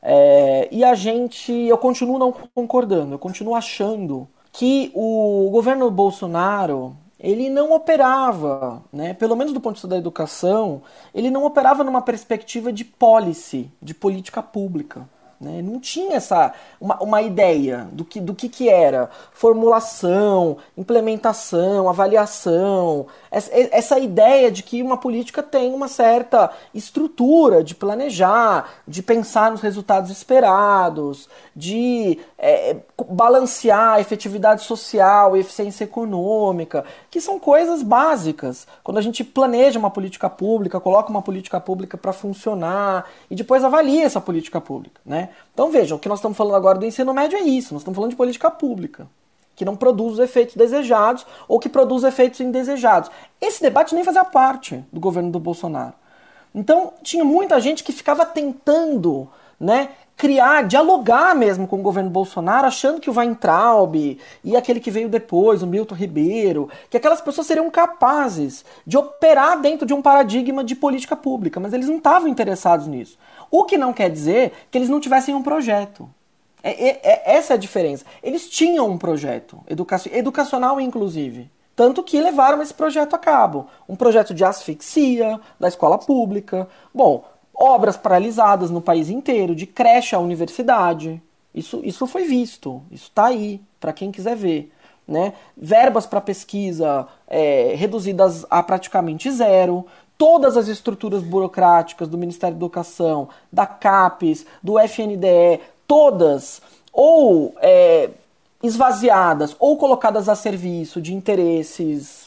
É, e a gente, eu continuo não concordando, eu continuo achando que o governo Bolsonaro, ele não operava, né, pelo menos do ponto de vista da educação, ele não operava numa perspectiva de policy, de política pública. Né? Não tinha essa, uma, uma ideia do que, do que, que era formulação, implementação, avaliação, essa, essa ideia de que uma política tem uma certa estrutura de planejar, de pensar nos resultados esperados, de é, balancear a efetividade social e eficiência econômica, que são coisas básicas. Quando a gente planeja uma política pública, coloca uma política pública para funcionar e depois avalia essa política pública, né? Então vejam, o que nós estamos falando agora do ensino médio é isso, nós estamos falando de política pública, que não produz os efeitos desejados ou que produz efeitos indesejados. Esse debate nem fazia parte do governo do Bolsonaro. Então tinha muita gente que ficava tentando, né, criar, dialogar mesmo com o governo Bolsonaro, achando que o Weintraub e aquele que veio depois, o Milton Ribeiro, que aquelas pessoas seriam capazes de operar dentro de um paradigma de política pública, mas eles não estavam interessados nisso. O que não quer dizer que eles não tivessem um projeto. É, é, é, essa é a diferença. Eles tinham um projeto, educa- educacional inclusive. Tanto que levaram esse projeto a cabo. Um projeto de asfixia da escola pública. Bom, obras paralisadas no país inteiro, de creche à universidade. Isso, isso foi visto, isso está aí, para quem quiser ver. Né? Verbas para pesquisa é, reduzidas a praticamente zero. Todas as estruturas burocráticas do Ministério da Educação, da CAPES, do F N D E, todas ou é, esvaziadas ou colocadas a serviço de interesses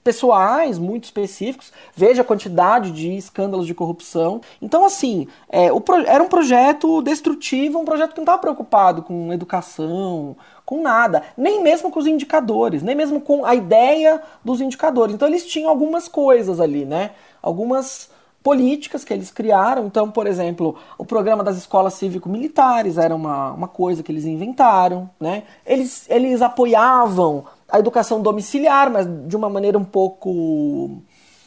pessoais muito específicos, veja a quantidade de escândalos de corrupção. Então, assim, é, o pro, era um projeto destrutivo, um projeto que não estava preocupado com educação, com nada, nem mesmo com os indicadores, nem mesmo com a ideia dos indicadores. Então, eles tinham algumas coisas ali, né? Algumas políticas que eles criaram. Então, por exemplo, o programa das escolas cívico-militares era uma, uma coisa que eles inventaram, né? Eles, eles apoiavam a educação domiciliar, mas de uma maneira um pouco,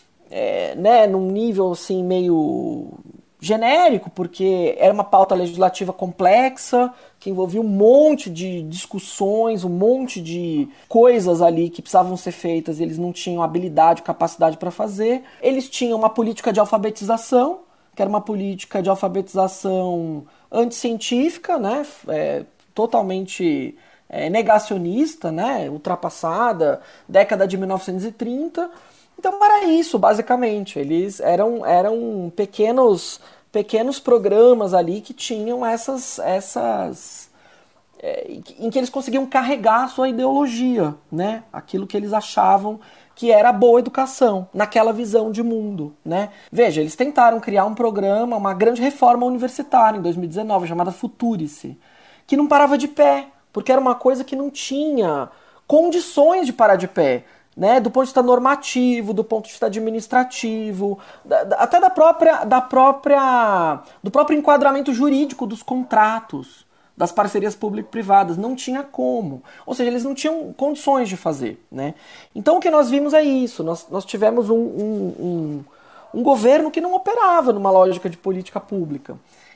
é, né, num nível assim meio genérico, porque era uma pauta legislativa complexa, que envolvia um monte de discussões, um monte de coisas ali que precisavam ser feitas e eles não tinham habilidade, capacidade para fazer. Eles tinham uma política de alfabetização, que era uma política de alfabetização anticientífica, né, é, totalmente é, negacionista, né, ultrapassada, década de mil novecentos e trinta. Então era isso, basicamente. Eles eram, eram pequenos, pequenos programas ali que tinham essas... essas é, em que eles conseguiam carregar a sua ideologia, né? Aquilo que eles achavam que era a boa educação, naquela visão de mundo, né? Veja, eles tentaram criar um programa, uma grande reforma universitária em dois mil e dezenove, chamada Futurice, que não parava de pé, porque era uma coisa que não tinha condições de parar de pé. Né, do ponto de vista normativo, do ponto de vista administrativo, da, da, até da própria, da própria, do próprio enquadramento jurídico dos contratos, das parcerias público-privadas, não tinha como. Ou seja, eles não tinham condições de fazer. Né? Então o que nós vimos é isso, nós, nós tivemos um, um, um, um governo que não operava numa lógica de política pública.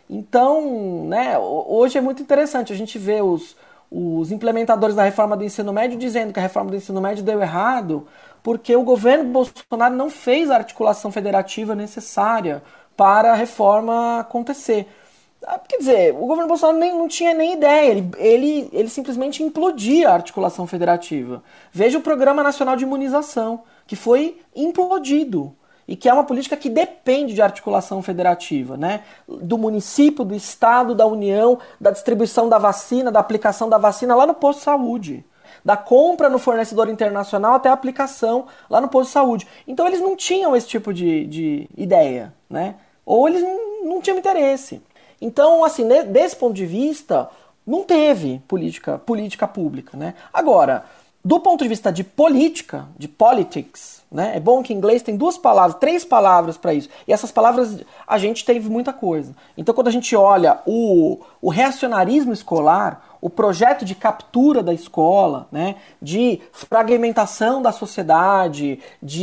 Então, né, hoje é muito interessante, a gente vê os os implementadores da reforma do ensino médio dizendo que a reforma do ensino médio deu errado porque o governo Bolsonaro não fez a articulação federativa necessária para a reforma acontecer. Quer dizer, o governo Bolsonaro nem, não tinha nem ideia, ele, ele, ele simplesmente implodia a articulação federativa. Veja o Programa Nacional de Imunização, que foi implodido. E que é uma política que depende de articulação federativa, né? Do município, do estado, da União, da distribuição da vacina, da aplicação da vacina lá no posto de saúde, da compra no fornecedor internacional até a aplicação lá no posto de saúde. Então eles não tinham esse tipo de, de ideia, né? Ou eles não, não tinham interesse. Então, assim, desse ponto de vista, não teve política, política pública, né? Agora, do ponto de vista de política, de politics, né? É bom que em inglês tem duas palavras, três palavras para isso. E essas palavras a gente teve muita coisa. Então quando a gente olha o, o reacionarismo escolar, o projeto de captura da escola, né? De fragmentação da sociedade,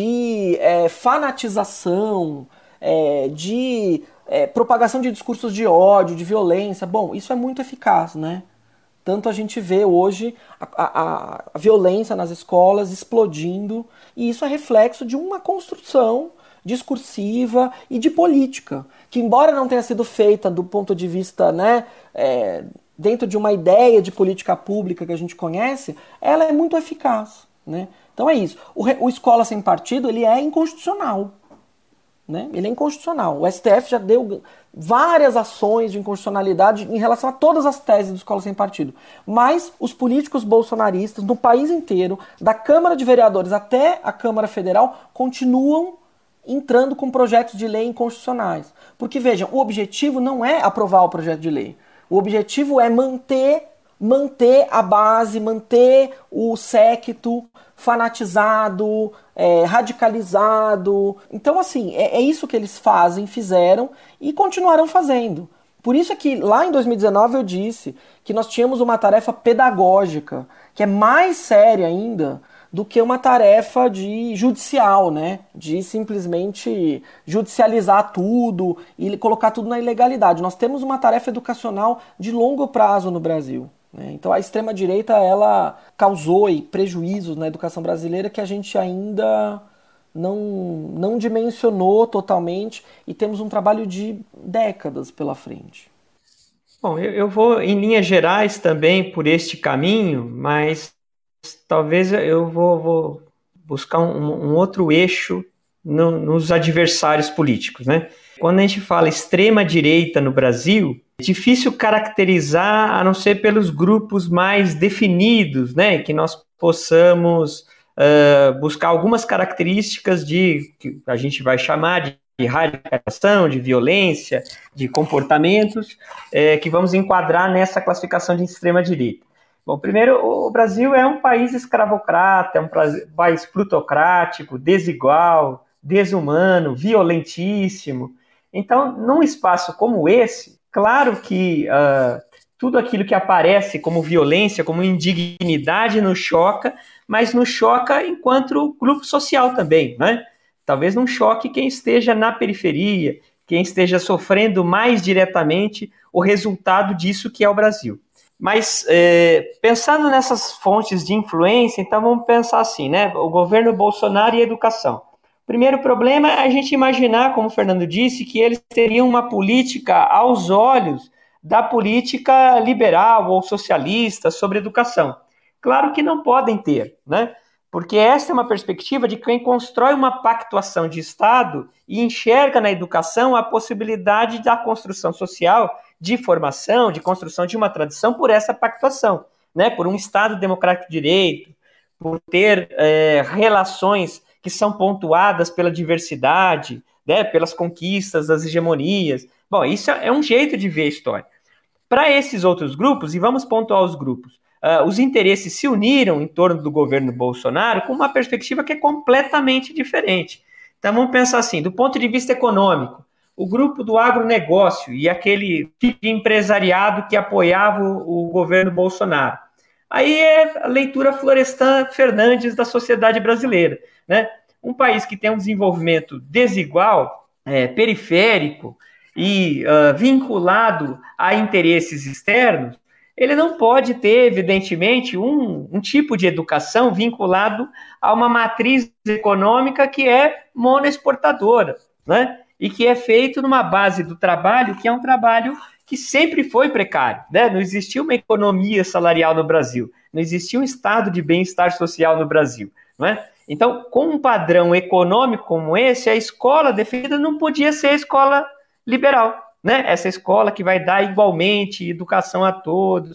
de é, fanatização, é, de é, propagação de discursos de ódio, de violência, bom, isso é muito eficaz, né? Tanto a gente vê hoje a, a, a violência nas escolas explodindo, e isso é reflexo de uma construção discursiva e de política, que embora não tenha sido feita do ponto de vista, né, é, dentro de uma ideia de política pública que a gente conhece, ela é muito eficaz. Né? Então é isso. O, o Escola Sem Partido ele é inconstitucional. Né? Ele é inconstitucional. O S T F já deu várias ações de inconstitucionalidade em relação a todas as teses do Escola Sem Partido. Mas os políticos bolsonaristas no país inteiro, da Câmara de Vereadores até a Câmara Federal, continuam entrando com projetos de lei inconstitucionais. Porque, vejam, o objetivo não é aprovar o projeto de lei. O objetivo é manter, manter a base, manter o séquito fanatizado, é, radicalizado. Então, assim, é, é isso que eles fazem, fizeram e continuarão fazendo. Por isso é que lá em dois mil e dezenove eu disse que nós tínhamos uma tarefa pedagógica, que é mais séria ainda do que uma tarefa de judicial, né? De simplesmente judicializar tudo e colocar tudo na ilegalidade. Nós temos uma tarefa educacional de longo prazo no Brasil. Né? Então a extrema-direita ela causou prejuízos na educação brasileira que a gente ainda não, não dimensionou totalmente e temos um trabalho de décadas pela frente. Bom, eu, eu vou em linhas gerais também por este caminho, mas talvez eu vou, vou buscar um, um outro eixo no, nos adversários políticos, né? Quando a gente fala extrema-direita no Brasil, é difícil caracterizar a não ser pelos grupos mais definidos, né? Que nós possamos uh, buscar algumas características de que a gente vai chamar de de radicalização, de violência, de comportamentos, é, que vamos enquadrar nessa classificação de extrema-direita. Bom, primeiro, o Brasil é um país escravocrata, é um país plutocrático, desigual, desumano, violentíssimo. Então, num espaço como esse, claro que uh, tudo aquilo que aparece como violência, como indignidade nos choca, mas nos choca enquanto grupo social também, né? Talvez não choque quem esteja na periferia, quem esteja sofrendo mais diretamente o resultado disso que é o Brasil. Mas, é, pensando nessas fontes de influência, então vamos pensar assim, né? O governo Bolsonaro e a educação. O primeiro problema é a gente imaginar, como o Fernando disse, que eles teriam uma política aos olhos da política liberal ou socialista sobre educação. Claro que não podem ter, né? Porque essa é uma perspectiva de quem constrói uma pactuação de Estado e enxerga na educação a possibilidade da construção social, de formação, de construção de uma tradição por essa pactuação, né? Por um Estado democrático de direito, por ter é, relações que são pontuadas pela diversidade, né? Pelas conquistas, das hegemonias. Bom, isso é um jeito de ver a história. Para esses outros grupos, e vamos pontuar os grupos, Uh, os interesses se uniram em torno do governo Bolsonaro com uma perspectiva que é completamente diferente. Então vamos pensar assim, do ponto de vista econômico, o grupo do agronegócio e aquele tipo de empresariado que apoiava o, o governo Bolsonaro. Aí é a leitura Florestan Fernandes da sociedade brasileira, né? Um país que tem um desenvolvimento desigual, é, periférico e uh, vinculado a interesses externos, ele não pode ter, evidentemente, um, um tipo de educação vinculado a uma matriz econômica que é monoexportadora, né? E que é feito numa base do trabalho, que é um trabalho que sempre foi precário, né? Não existia uma economia salarial no Brasil, não existia um estado de bem-estar social no Brasil, não é? Então, com um padrão econômico como esse, a escola defendida não podia ser a escola liberal, né? Essa escola que vai dar igualmente educação a todos,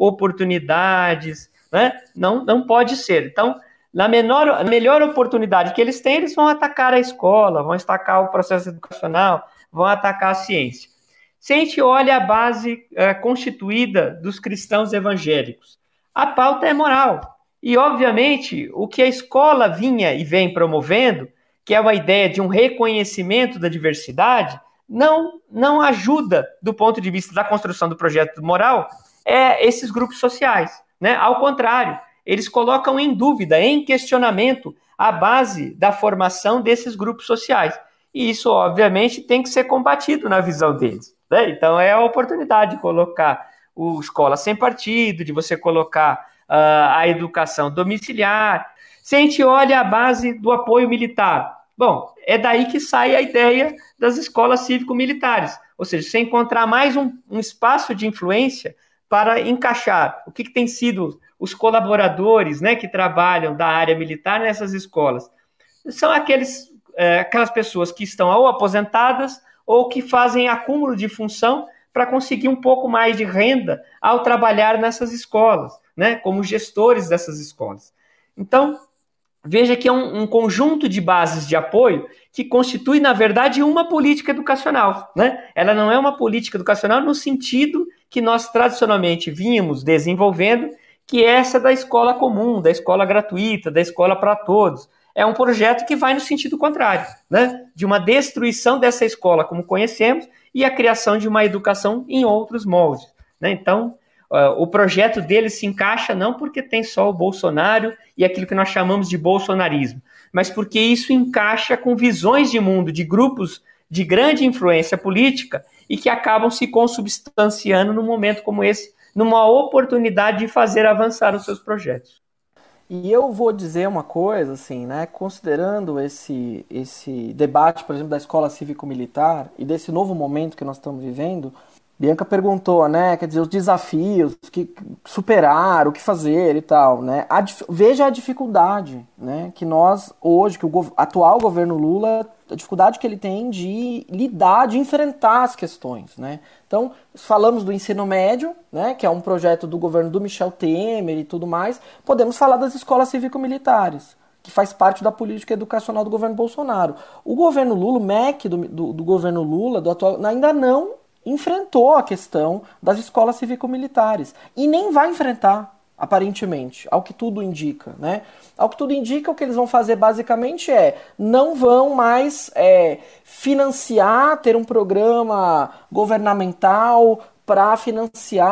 oportunidades, né? Não, não pode ser. Então, na menor, a melhor oportunidade que eles têm, eles vão atacar a escola, vão atacar o processo educacional, vão atacar a ciência. Se a gente olha a base é, constituída dos cristãos evangélicos, a pauta é moral. E, obviamente, o que a escola vinha e vem promovendo, que é uma ideia de um reconhecimento da diversidade, Não, não ajuda, do ponto de vista da construção do projeto moral, é, esses grupos sociais, né? Ao contrário, eles colocam em dúvida, em questionamento, a base da formação desses grupos sociais. E isso, obviamente, tem que ser combatido na visão deles, né? Então, é a oportunidade de colocar o escola sem partido, de você colocar uh, a educação domiciliar. Se a gente olha a base do apoio militar, bom, é daí que sai a ideia das escolas cívico-militares, ou seja, você encontrar mais um, um espaço de influência para encaixar o que, que tem sido os colaboradores, né, que trabalham da área militar nessas escolas. São aqueles, é, aquelas pessoas que estão ou aposentadas ou que fazem acúmulo de função para conseguir um pouco mais de renda ao trabalhar nessas escolas, né, como gestores dessas escolas. Então, veja que é um, um conjunto de bases de apoio que constitui, na verdade, uma política educacional, né? Ela não é uma política educacional no sentido que nós tradicionalmente vínhamos desenvolvendo, que é essa da escola comum, da escola gratuita, da escola para todos. É um projeto que vai no sentido contrário, né? De uma destruição dessa escola como conhecemos e a criação de uma educação em outros moldes, né? Então, Uh, o projeto dele se encaixa não porque tem só o Bolsonaro e aquilo que nós chamamos de bolsonarismo, mas porque isso encaixa com visões de mundo de grupos de grande influência política e que acabam se consubstanciando num momento como esse, numa oportunidade de fazer avançar os seus projetos. E eu vou dizer uma coisa, assim, né, considerando esse, esse debate, por exemplo, da escola cívico-militar e desse novo momento que nós estamos vivendo, Bianca perguntou, né, quer dizer, os desafios, que superar, o que fazer e tal, né? A, veja a dificuldade, né, que nós hoje, que o go- atual governo Lula, a dificuldade que ele tem de lidar, de enfrentar as questões, né? Então, falamos do ensino médio, né, que é um projeto do governo do Michel Temer e tudo mais, podemos falar das escolas cívico-militares, que faz parte da política educacional do governo Bolsonaro. O governo Lula, o M E C do, do, do governo Lula, do atual, ainda não enfrentou a questão das escolas cívico-militares. E nem vai enfrentar, aparentemente, ao que tudo indica, né? Ao que tudo indica, o que eles vão fazer basicamente é, não vão mais é, financiar, ter um programa governamental para financiar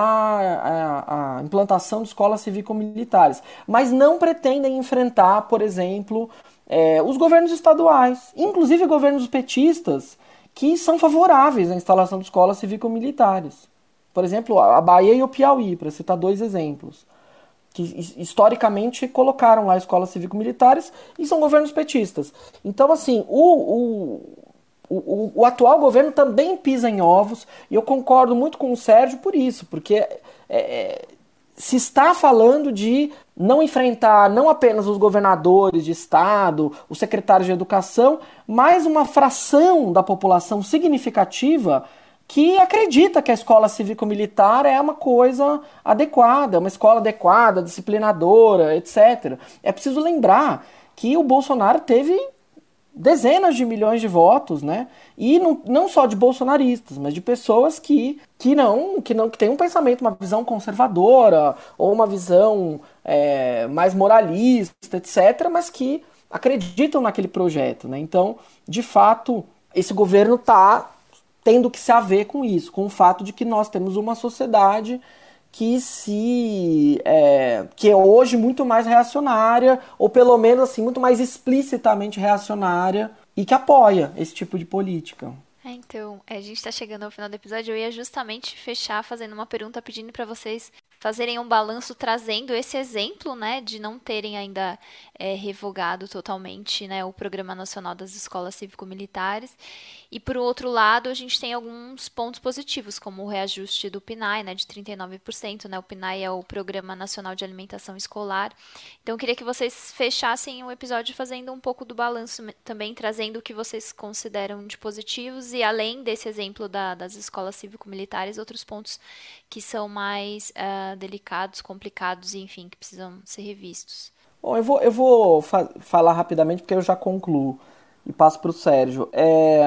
a, a implantação de escolas cívico-militares, mas não pretendem enfrentar, por exemplo, é, os governos estaduais, inclusive governos petistas, que são favoráveis à instalação de escolas cívico-militares. Por exemplo, a Bahia e o Piauí, para citar dois exemplos, que historicamente colocaram lá escolas cívico-militares e são governos petistas. Então, assim, o, o, o, o atual governo também pisa em ovos, e eu concordo muito com o Sérgio por isso, porque é, é, se está falando de não enfrentar não apenas os governadores de estado, os secretários de educação, mas uma fração da população significativa que acredita que a escola cívico-militar é uma coisa adequada, uma escola adequada, disciplinadora, etcétera. É preciso lembrar que o Bolsonaro teve dezenas de milhões de votos, né? E não, não só de bolsonaristas, mas de pessoas que, que não, que não que têm um pensamento, uma visão conservadora, ou uma visão é, mais moralista, etcétera, mas que acreditam naquele projeto, né? Então, de fato, esse governo está tendo que se haver com isso, com o fato de que nós temos uma sociedade que se é, que é hoje muito mais reacionária, ou pelo menos assim, muito mais explicitamente reacionária, e que apoia esse tipo de política. É, então, a gente está chegando ao final do episódio. Eu ia justamente fechar fazendo uma pergunta, pedindo para vocês fazerem um balanço, trazendo esse exemplo, né, de não terem ainda é, revogado totalmente, né, o Programa Nacional das Escolas Cívico-Militares. E, por outro lado, a gente tem alguns pontos positivos, como o reajuste do P N A E, né, de trinta e nove por cento. Né, o P N A E é o Programa Nacional de Alimentação Escolar. Então, eu queria que vocês fechassem o episódio fazendo um pouco do balanço também, trazendo o que vocês consideram de positivos e, além desse exemplo da, das escolas cívico-militares, outros pontos que são mais uh, delicados, complicados e, enfim, que precisam ser revistos. Bom, eu vou, eu vou fa- falar rapidamente, porque eu já concluo e passo para o Sérgio. É,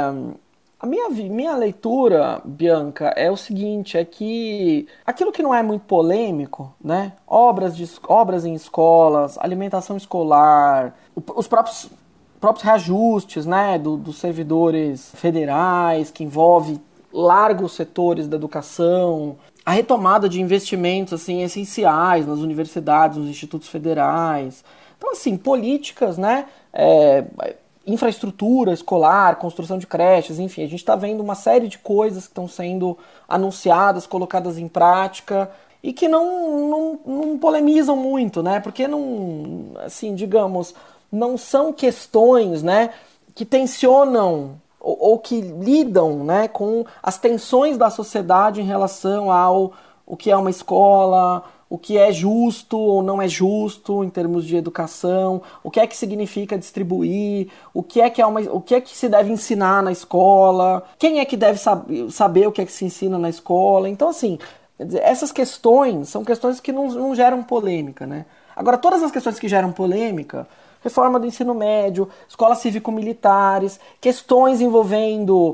a minha, minha leitura, Bianca, é o seguinte, é que aquilo que não é muito polêmico, né, obras, de, obras em escolas, alimentação escolar, os próprios, próprios reajustes, né, do, dos servidores federais, que envolve largos setores da educação, a retomada de investimentos assim, essenciais nas universidades, nos institutos federais. Então, assim, políticas, né, é, infraestrutura escolar, construção de creches, enfim, a gente está vendo uma série de coisas que estão sendo anunciadas, colocadas em prática e que não, não, não polemizam muito, né, porque não, assim, digamos, não são questões, né, que tensionam ou, ou que lidam, né, com as tensões da sociedade em relação ao o que é uma escola, o que é justo ou não é justo em termos de educação, o que é que significa distribuir, o que é que, é uma, o que, é que se deve ensinar na escola, quem é que deve sab- saber o que é que se ensina na escola. Então, assim, essas questões são questões que não, não geram polêmica, né? Agora, todas as questões que geram polêmica, reforma do ensino médio, escolas cívico-militares, questões envolvendo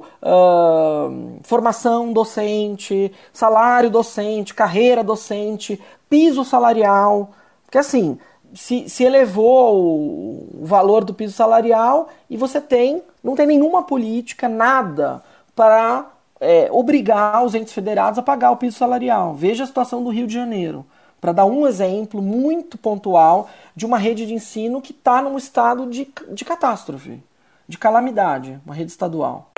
uh, formação docente, salário docente, carreira docente, piso salarial, porque assim, se, se elevou o, o valor do piso salarial e você tem, não tem nenhuma política, nada para é, obrigar os entes federados a pagar o piso salarial. Veja a situação do Rio de Janeiro, para dar um exemplo muito pontual de uma rede de ensino que está num estado de, de catástrofe, de calamidade, uma rede estadual.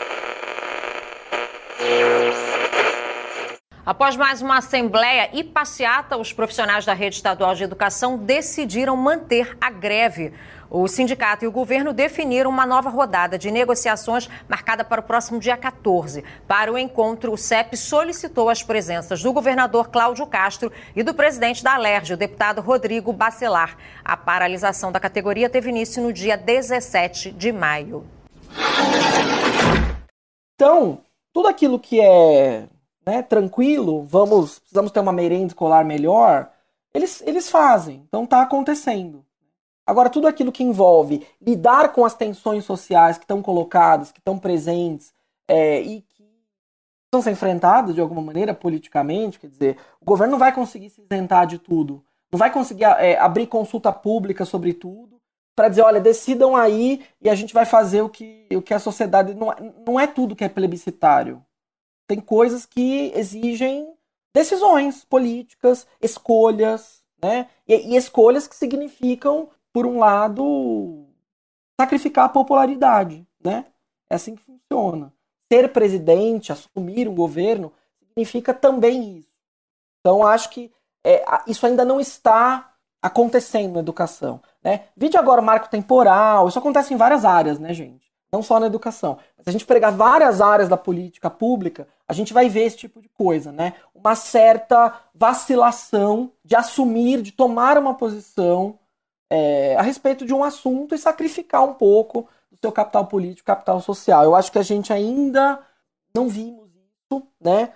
Após mais uma assembleia e passeata, os profissionais da rede estadual de educação decidiram manter a greve. O sindicato e o governo definiram uma nova rodada de negociações marcada para o próximo dia quatorze. Para o encontro, o C E P solicitou as presenças do governador Cláudio Castro e do presidente da Alerj, o deputado Rodrigo Bacelar. A paralisação da categoria teve início no dia dezessete de maio. Então, tudo aquilo que é, né, tranquilo, vamos, precisamos ter uma merenda escolar melhor, eles, eles fazem. Então está acontecendo. Agora, tudo aquilo que envolve lidar com as tensões sociais que estão colocadas, que estão presentes, é, e que precisam ser enfrentadas de alguma maneira politicamente, quer dizer, o governo não vai conseguir se isentar de tudo, não vai conseguir é, abrir consulta pública sobre tudo, para dizer, olha, decidam aí e a gente vai fazer o que, o que a sociedade... Não, não é tudo que é plebiscitário. Tem coisas que exigem decisões políticas, escolhas, né? E, e escolhas que significam, por um lado, sacrificar a popularidade, né? É assim que funciona. Ser presidente, assumir um governo, significa também isso. Então, acho que é, isso ainda não está acontecendo na educação, né? Vide agora o marco temporal, isso acontece em várias áreas, né, gente? Não só na educação. Se a gente pegar várias áreas da política pública, a gente vai ver esse tipo de coisa, né? Uma certa vacilação de assumir, de tomar uma posição é, a respeito de um assunto e sacrificar um pouco do seu capital político, capital social. Eu acho que a gente ainda não vimos isso, né,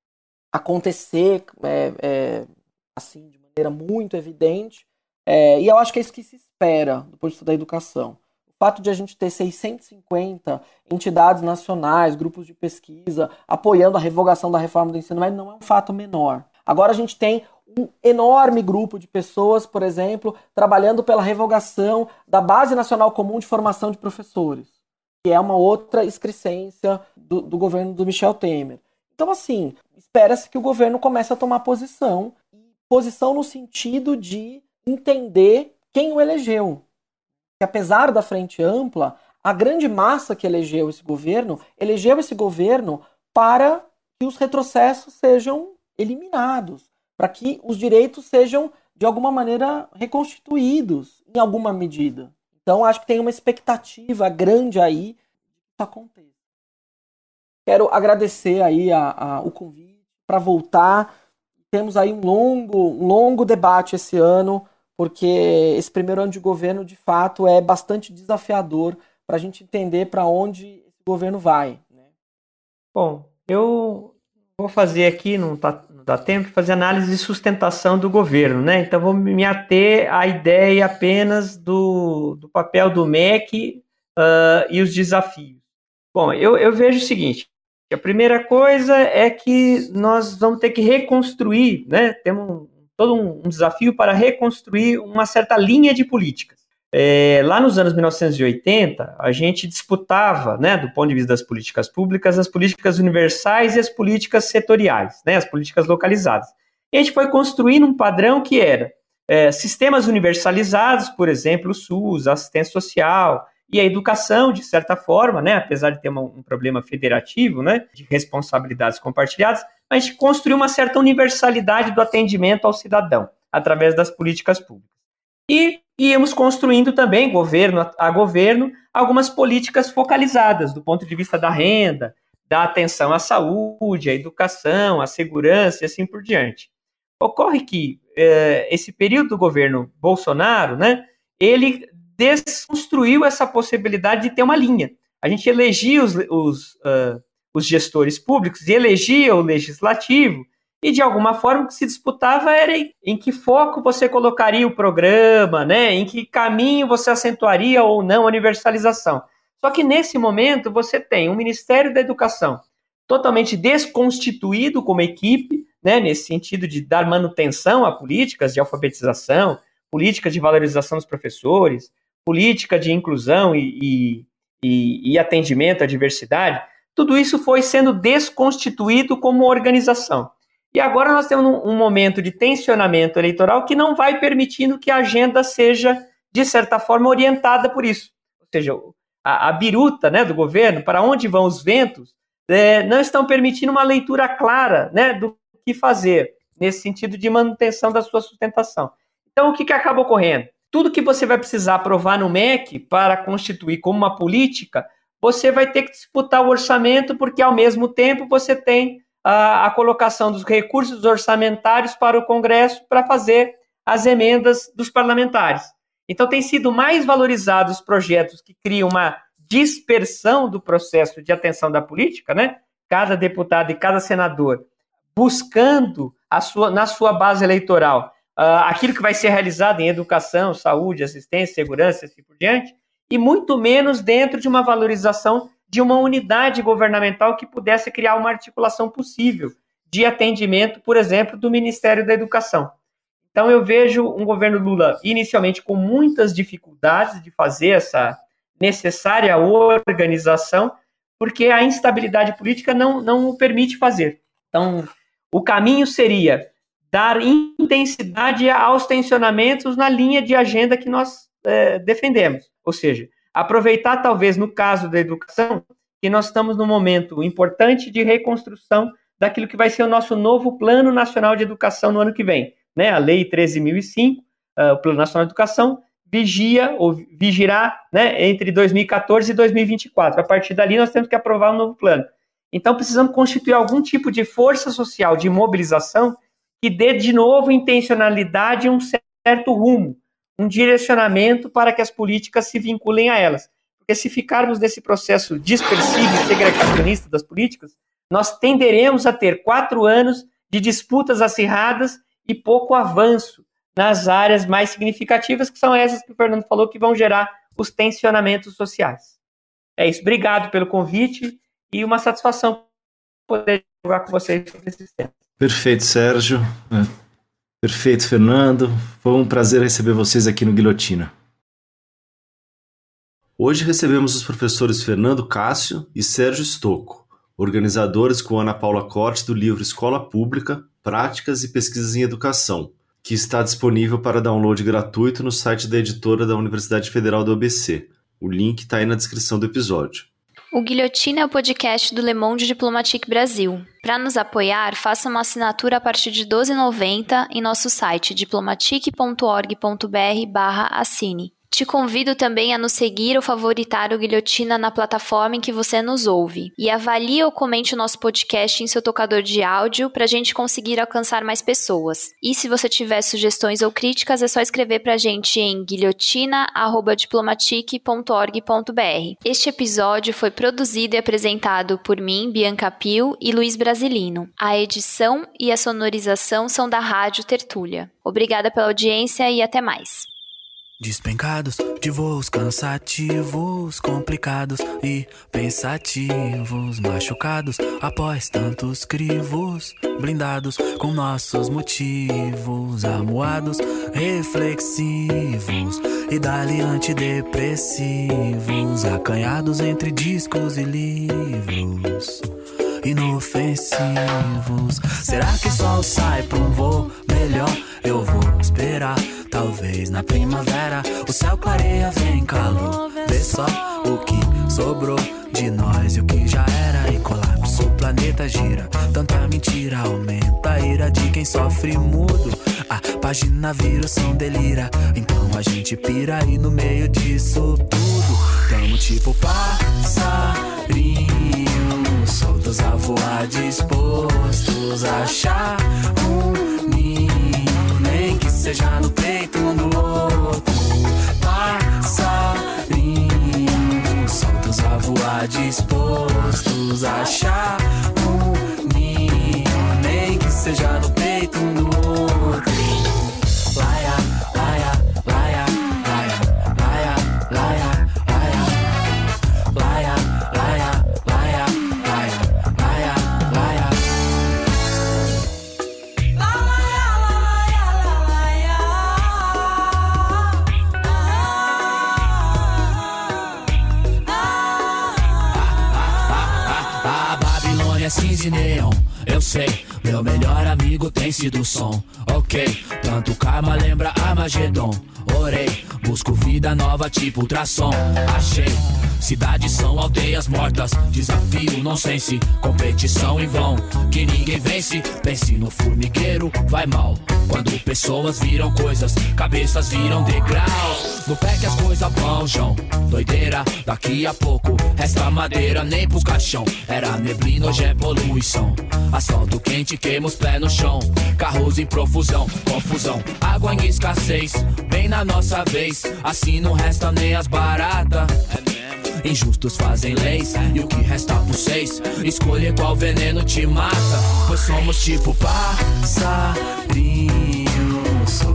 acontecer é, é, assim, de maneira muito evidente, é, e eu acho que é isso que se espera do ponto de vista da educação. O fato de a gente ter seiscentas e cinquenta entidades nacionais, grupos de pesquisa, apoiando a revogação da reforma do ensino médio não é um fato menor. Agora a gente tem um enorme grupo de pessoas, por exemplo, trabalhando pela revogação da Base Nacional Comum de Formação de Professores, que é uma outra excrescência do, do governo do Michel Temer. Então, assim, espera-se que o governo comece a tomar posição, posição no sentido de entender quem o elegeu. Que apesar da frente ampla, a grande massa que elegeu esse governo, elegeu esse governo para que os retrocessos sejam eliminados, para que os direitos sejam, de alguma maneira, reconstituídos, em alguma medida. Então, acho que tem uma expectativa grande aí que isso aconteça. Quero agradecer aí a, a, o convite para voltar. Temos aí um longo, um longo debate esse ano, porque esse primeiro ano de governo, de fato, é bastante desafiador para a gente entender para onde esse governo vai, né? Bom, eu vou fazer aqui, não, tá, não dá tempo, fazer análise de sustentação do governo, né? Então, vou me ater à ideia apenas do, do papel do M E C uh, e os desafios. Bom, eu, eu vejo o seguinte, a primeira coisa é que nós vamos ter que reconstruir, né? Temos um, todo um, um desafio para reconstruir uma certa linha de políticas. É, lá nos anos mil novecentos e oitenta, a gente disputava, né, do ponto de vista das políticas públicas, as políticas universais e as políticas setoriais, né, as políticas localizadas. E a gente foi construindo um padrão que era é, sistemas universalizados, por exemplo, o SUS, a assistência social e a educação, de certa forma, né, apesar de ter uma, um problema federativo, né, de responsabilidades compartilhadas, a gente construiu uma certa universalidade do atendimento ao cidadão, através das políticas públicas. E íamos construindo também, governo a, a governo, algumas políticas focalizadas, do ponto de vista da renda, da atenção à saúde, à educação, à segurança e assim por diante. Ocorre que eh, esse período do governo Bolsonaro, né, ele desconstruiu essa possibilidade de ter uma linha. A gente elegia os, os, uh, os gestores públicos e elegia o legislativo, e de alguma forma o que se disputava era em, em que foco você colocaria o programa, né, em que caminho você acentuaria ou não a universalização. Só que nesse momento você tem um Ministério da Educação totalmente desconstituído como equipe, né, nesse sentido de dar manutenção a políticas de alfabetização, políticas de valorização dos professores, política de inclusão e, e, e atendimento à diversidade. Tudo isso foi sendo desconstituído como organização. E agora nós temos um, um momento de tensionamento eleitoral que não vai permitindo que a agenda seja, de certa forma, orientada por isso. Ou seja, a, a biruta, né, do governo, para onde vão os ventos, é, não estão permitindo uma leitura clara, né, do que fazer, nesse sentido de manutenção da sua sustentação. Então, o que, que acaba ocorrendo? Tudo que você vai precisar aprovar no M E C para constituir como uma política, você vai ter que disputar o orçamento, porque, ao mesmo tempo, você tem a, a colocação dos recursos orçamentários para o Congresso para fazer as emendas dos parlamentares. Então, tem sido mais valorizados os projetos que criam uma dispersão do processo de atenção da política, né? Cada deputado e cada senador buscando a sua, na sua base eleitoral uh, aquilo que vai ser realizado em educação, saúde, assistência, segurança, assim por diante, e muito menos dentro de uma valorização de uma unidade governamental que pudesse criar uma articulação possível de atendimento, por exemplo, do Ministério da Educação. Então eu vejo um governo Lula inicialmente com muitas dificuldades de fazer essa necessária organização, porque a instabilidade política não, não o permite fazer. Então, o caminho seria dar intensidade aos tensionamentos na linha de agenda que nós é, defendemos. Ou seja, aproveitar, talvez, no caso da educação, que nós estamos num momento importante de reconstrução daquilo que vai ser o nosso novo Plano Nacional de Educação no ano que vem. Né? A Lei treze mil e cinco, uh, o Plano Nacional de Educação, vigia ou vigirá, né, entre dois mil e quatorze e dois mil e vinte e quatro. A partir dali, nós temos que aprovar um novo plano. Então, precisamos constituir algum tipo de força social de mobilização que dê, de novo, intencionalidade e um certo rumo, um direcionamento para que as políticas se vinculem a elas. Porque se ficarmos nesse processo dispersivo e segregacionista das políticas, nós tenderemos a ter quatro anos de disputas acirradas e pouco avanço nas áreas mais significativas, que são essas que o Fernando falou, que vão gerar os tensionamentos sociais. É isso. Obrigado pelo convite e uma satisfação poder jogar com vocês sobre esses temas. Perfeito, Sérgio. Perfeito, Fernando. Foi um prazer receber vocês aqui no Guilhotina. Hoje recebemos os professores Fernando Cássio e Sérgio Stocco, organizadores com Ana Paula Corte do livro Escola Pública, Práticas e Pesquisas em Educação, que está disponível para download gratuito no site da editora da Universidade Federal do A B C. O link está aí na descrição do episódio. O Guilhotina é o podcast do Le Monde Diplomatique Brasil. Para nos apoiar, faça uma assinatura a partir de doze reais e noventa centavos em nosso site diplomatique ponto org ponto br barra assine. Te convido também a nos seguir ou favoritar o Guilhotina na plataforma em que você nos ouve. E avalie ou comente o nosso podcast em seu tocador de áudio para a gente conseguir alcançar mais pessoas. E se você tiver sugestões ou críticas, é só escrever para a gente em guilhotina arroba diplomatique ponto org ponto br. Este episódio foi produzido e apresentado por mim, Bianca Pio, e Luiz Brasilino. A edição e a sonorização são da Rádio Tertúlia. Obrigada pela audiência e até mais. Despencados de voos cansativos, complicados e pensativos, machucados após tantos crivos, blindados com nossos motivos, amuados, reflexivos e dali antidepressivos, acanhados entre discos e livros inofensivos. Será que o sol sai pra um voo melhor? Eu vou esperar, talvez na primavera o céu clareia, vem calor. Vê só o que sobrou de nós e o que já era. E colapso, o planeta gira, tanta mentira aumenta a ira de quem sofre mudo. A página vira, o som delira, então a gente pira e no meio disso tudo tamo tipo passarinho, soltos a voar, dispostos a achar um ninho, nem que seja no peito um do outro. Passarinho, soltos a voar, dispostos a achar um ninho, nem que seja no peito um do outro. Laia, laia, laia, laia, laia, laia, laia, laia, laia, laia, laia, laia, laia. A Babilônia cinza e neon, eu sei. Meu melhor amigo tem sido o som, ok. Tanto karma lembra Armagedon. Orei, busco vida nova tipo ultrassom. Achei, cidades são aldeias mortas. Desafio, nonsense, competição em vão. Que ninguém vence, pense no formigueiro, vai mal. Quando pessoas viram coisas, cabeças viram degraus. No pé que as coisas vão, João. Doideira, daqui a pouco resta madeira nem pro caixão. Era neblina, hoje é poluição. Asfalto quente, queima os pés no chão. Carros em profusão, confusão. Água em escassez, bem na nossa vez. Assim não resta nem as baratas. Injustos fazem leis, e o que resta por seis? Escolher qual veneno te mata. Pois somos tipo passarinho,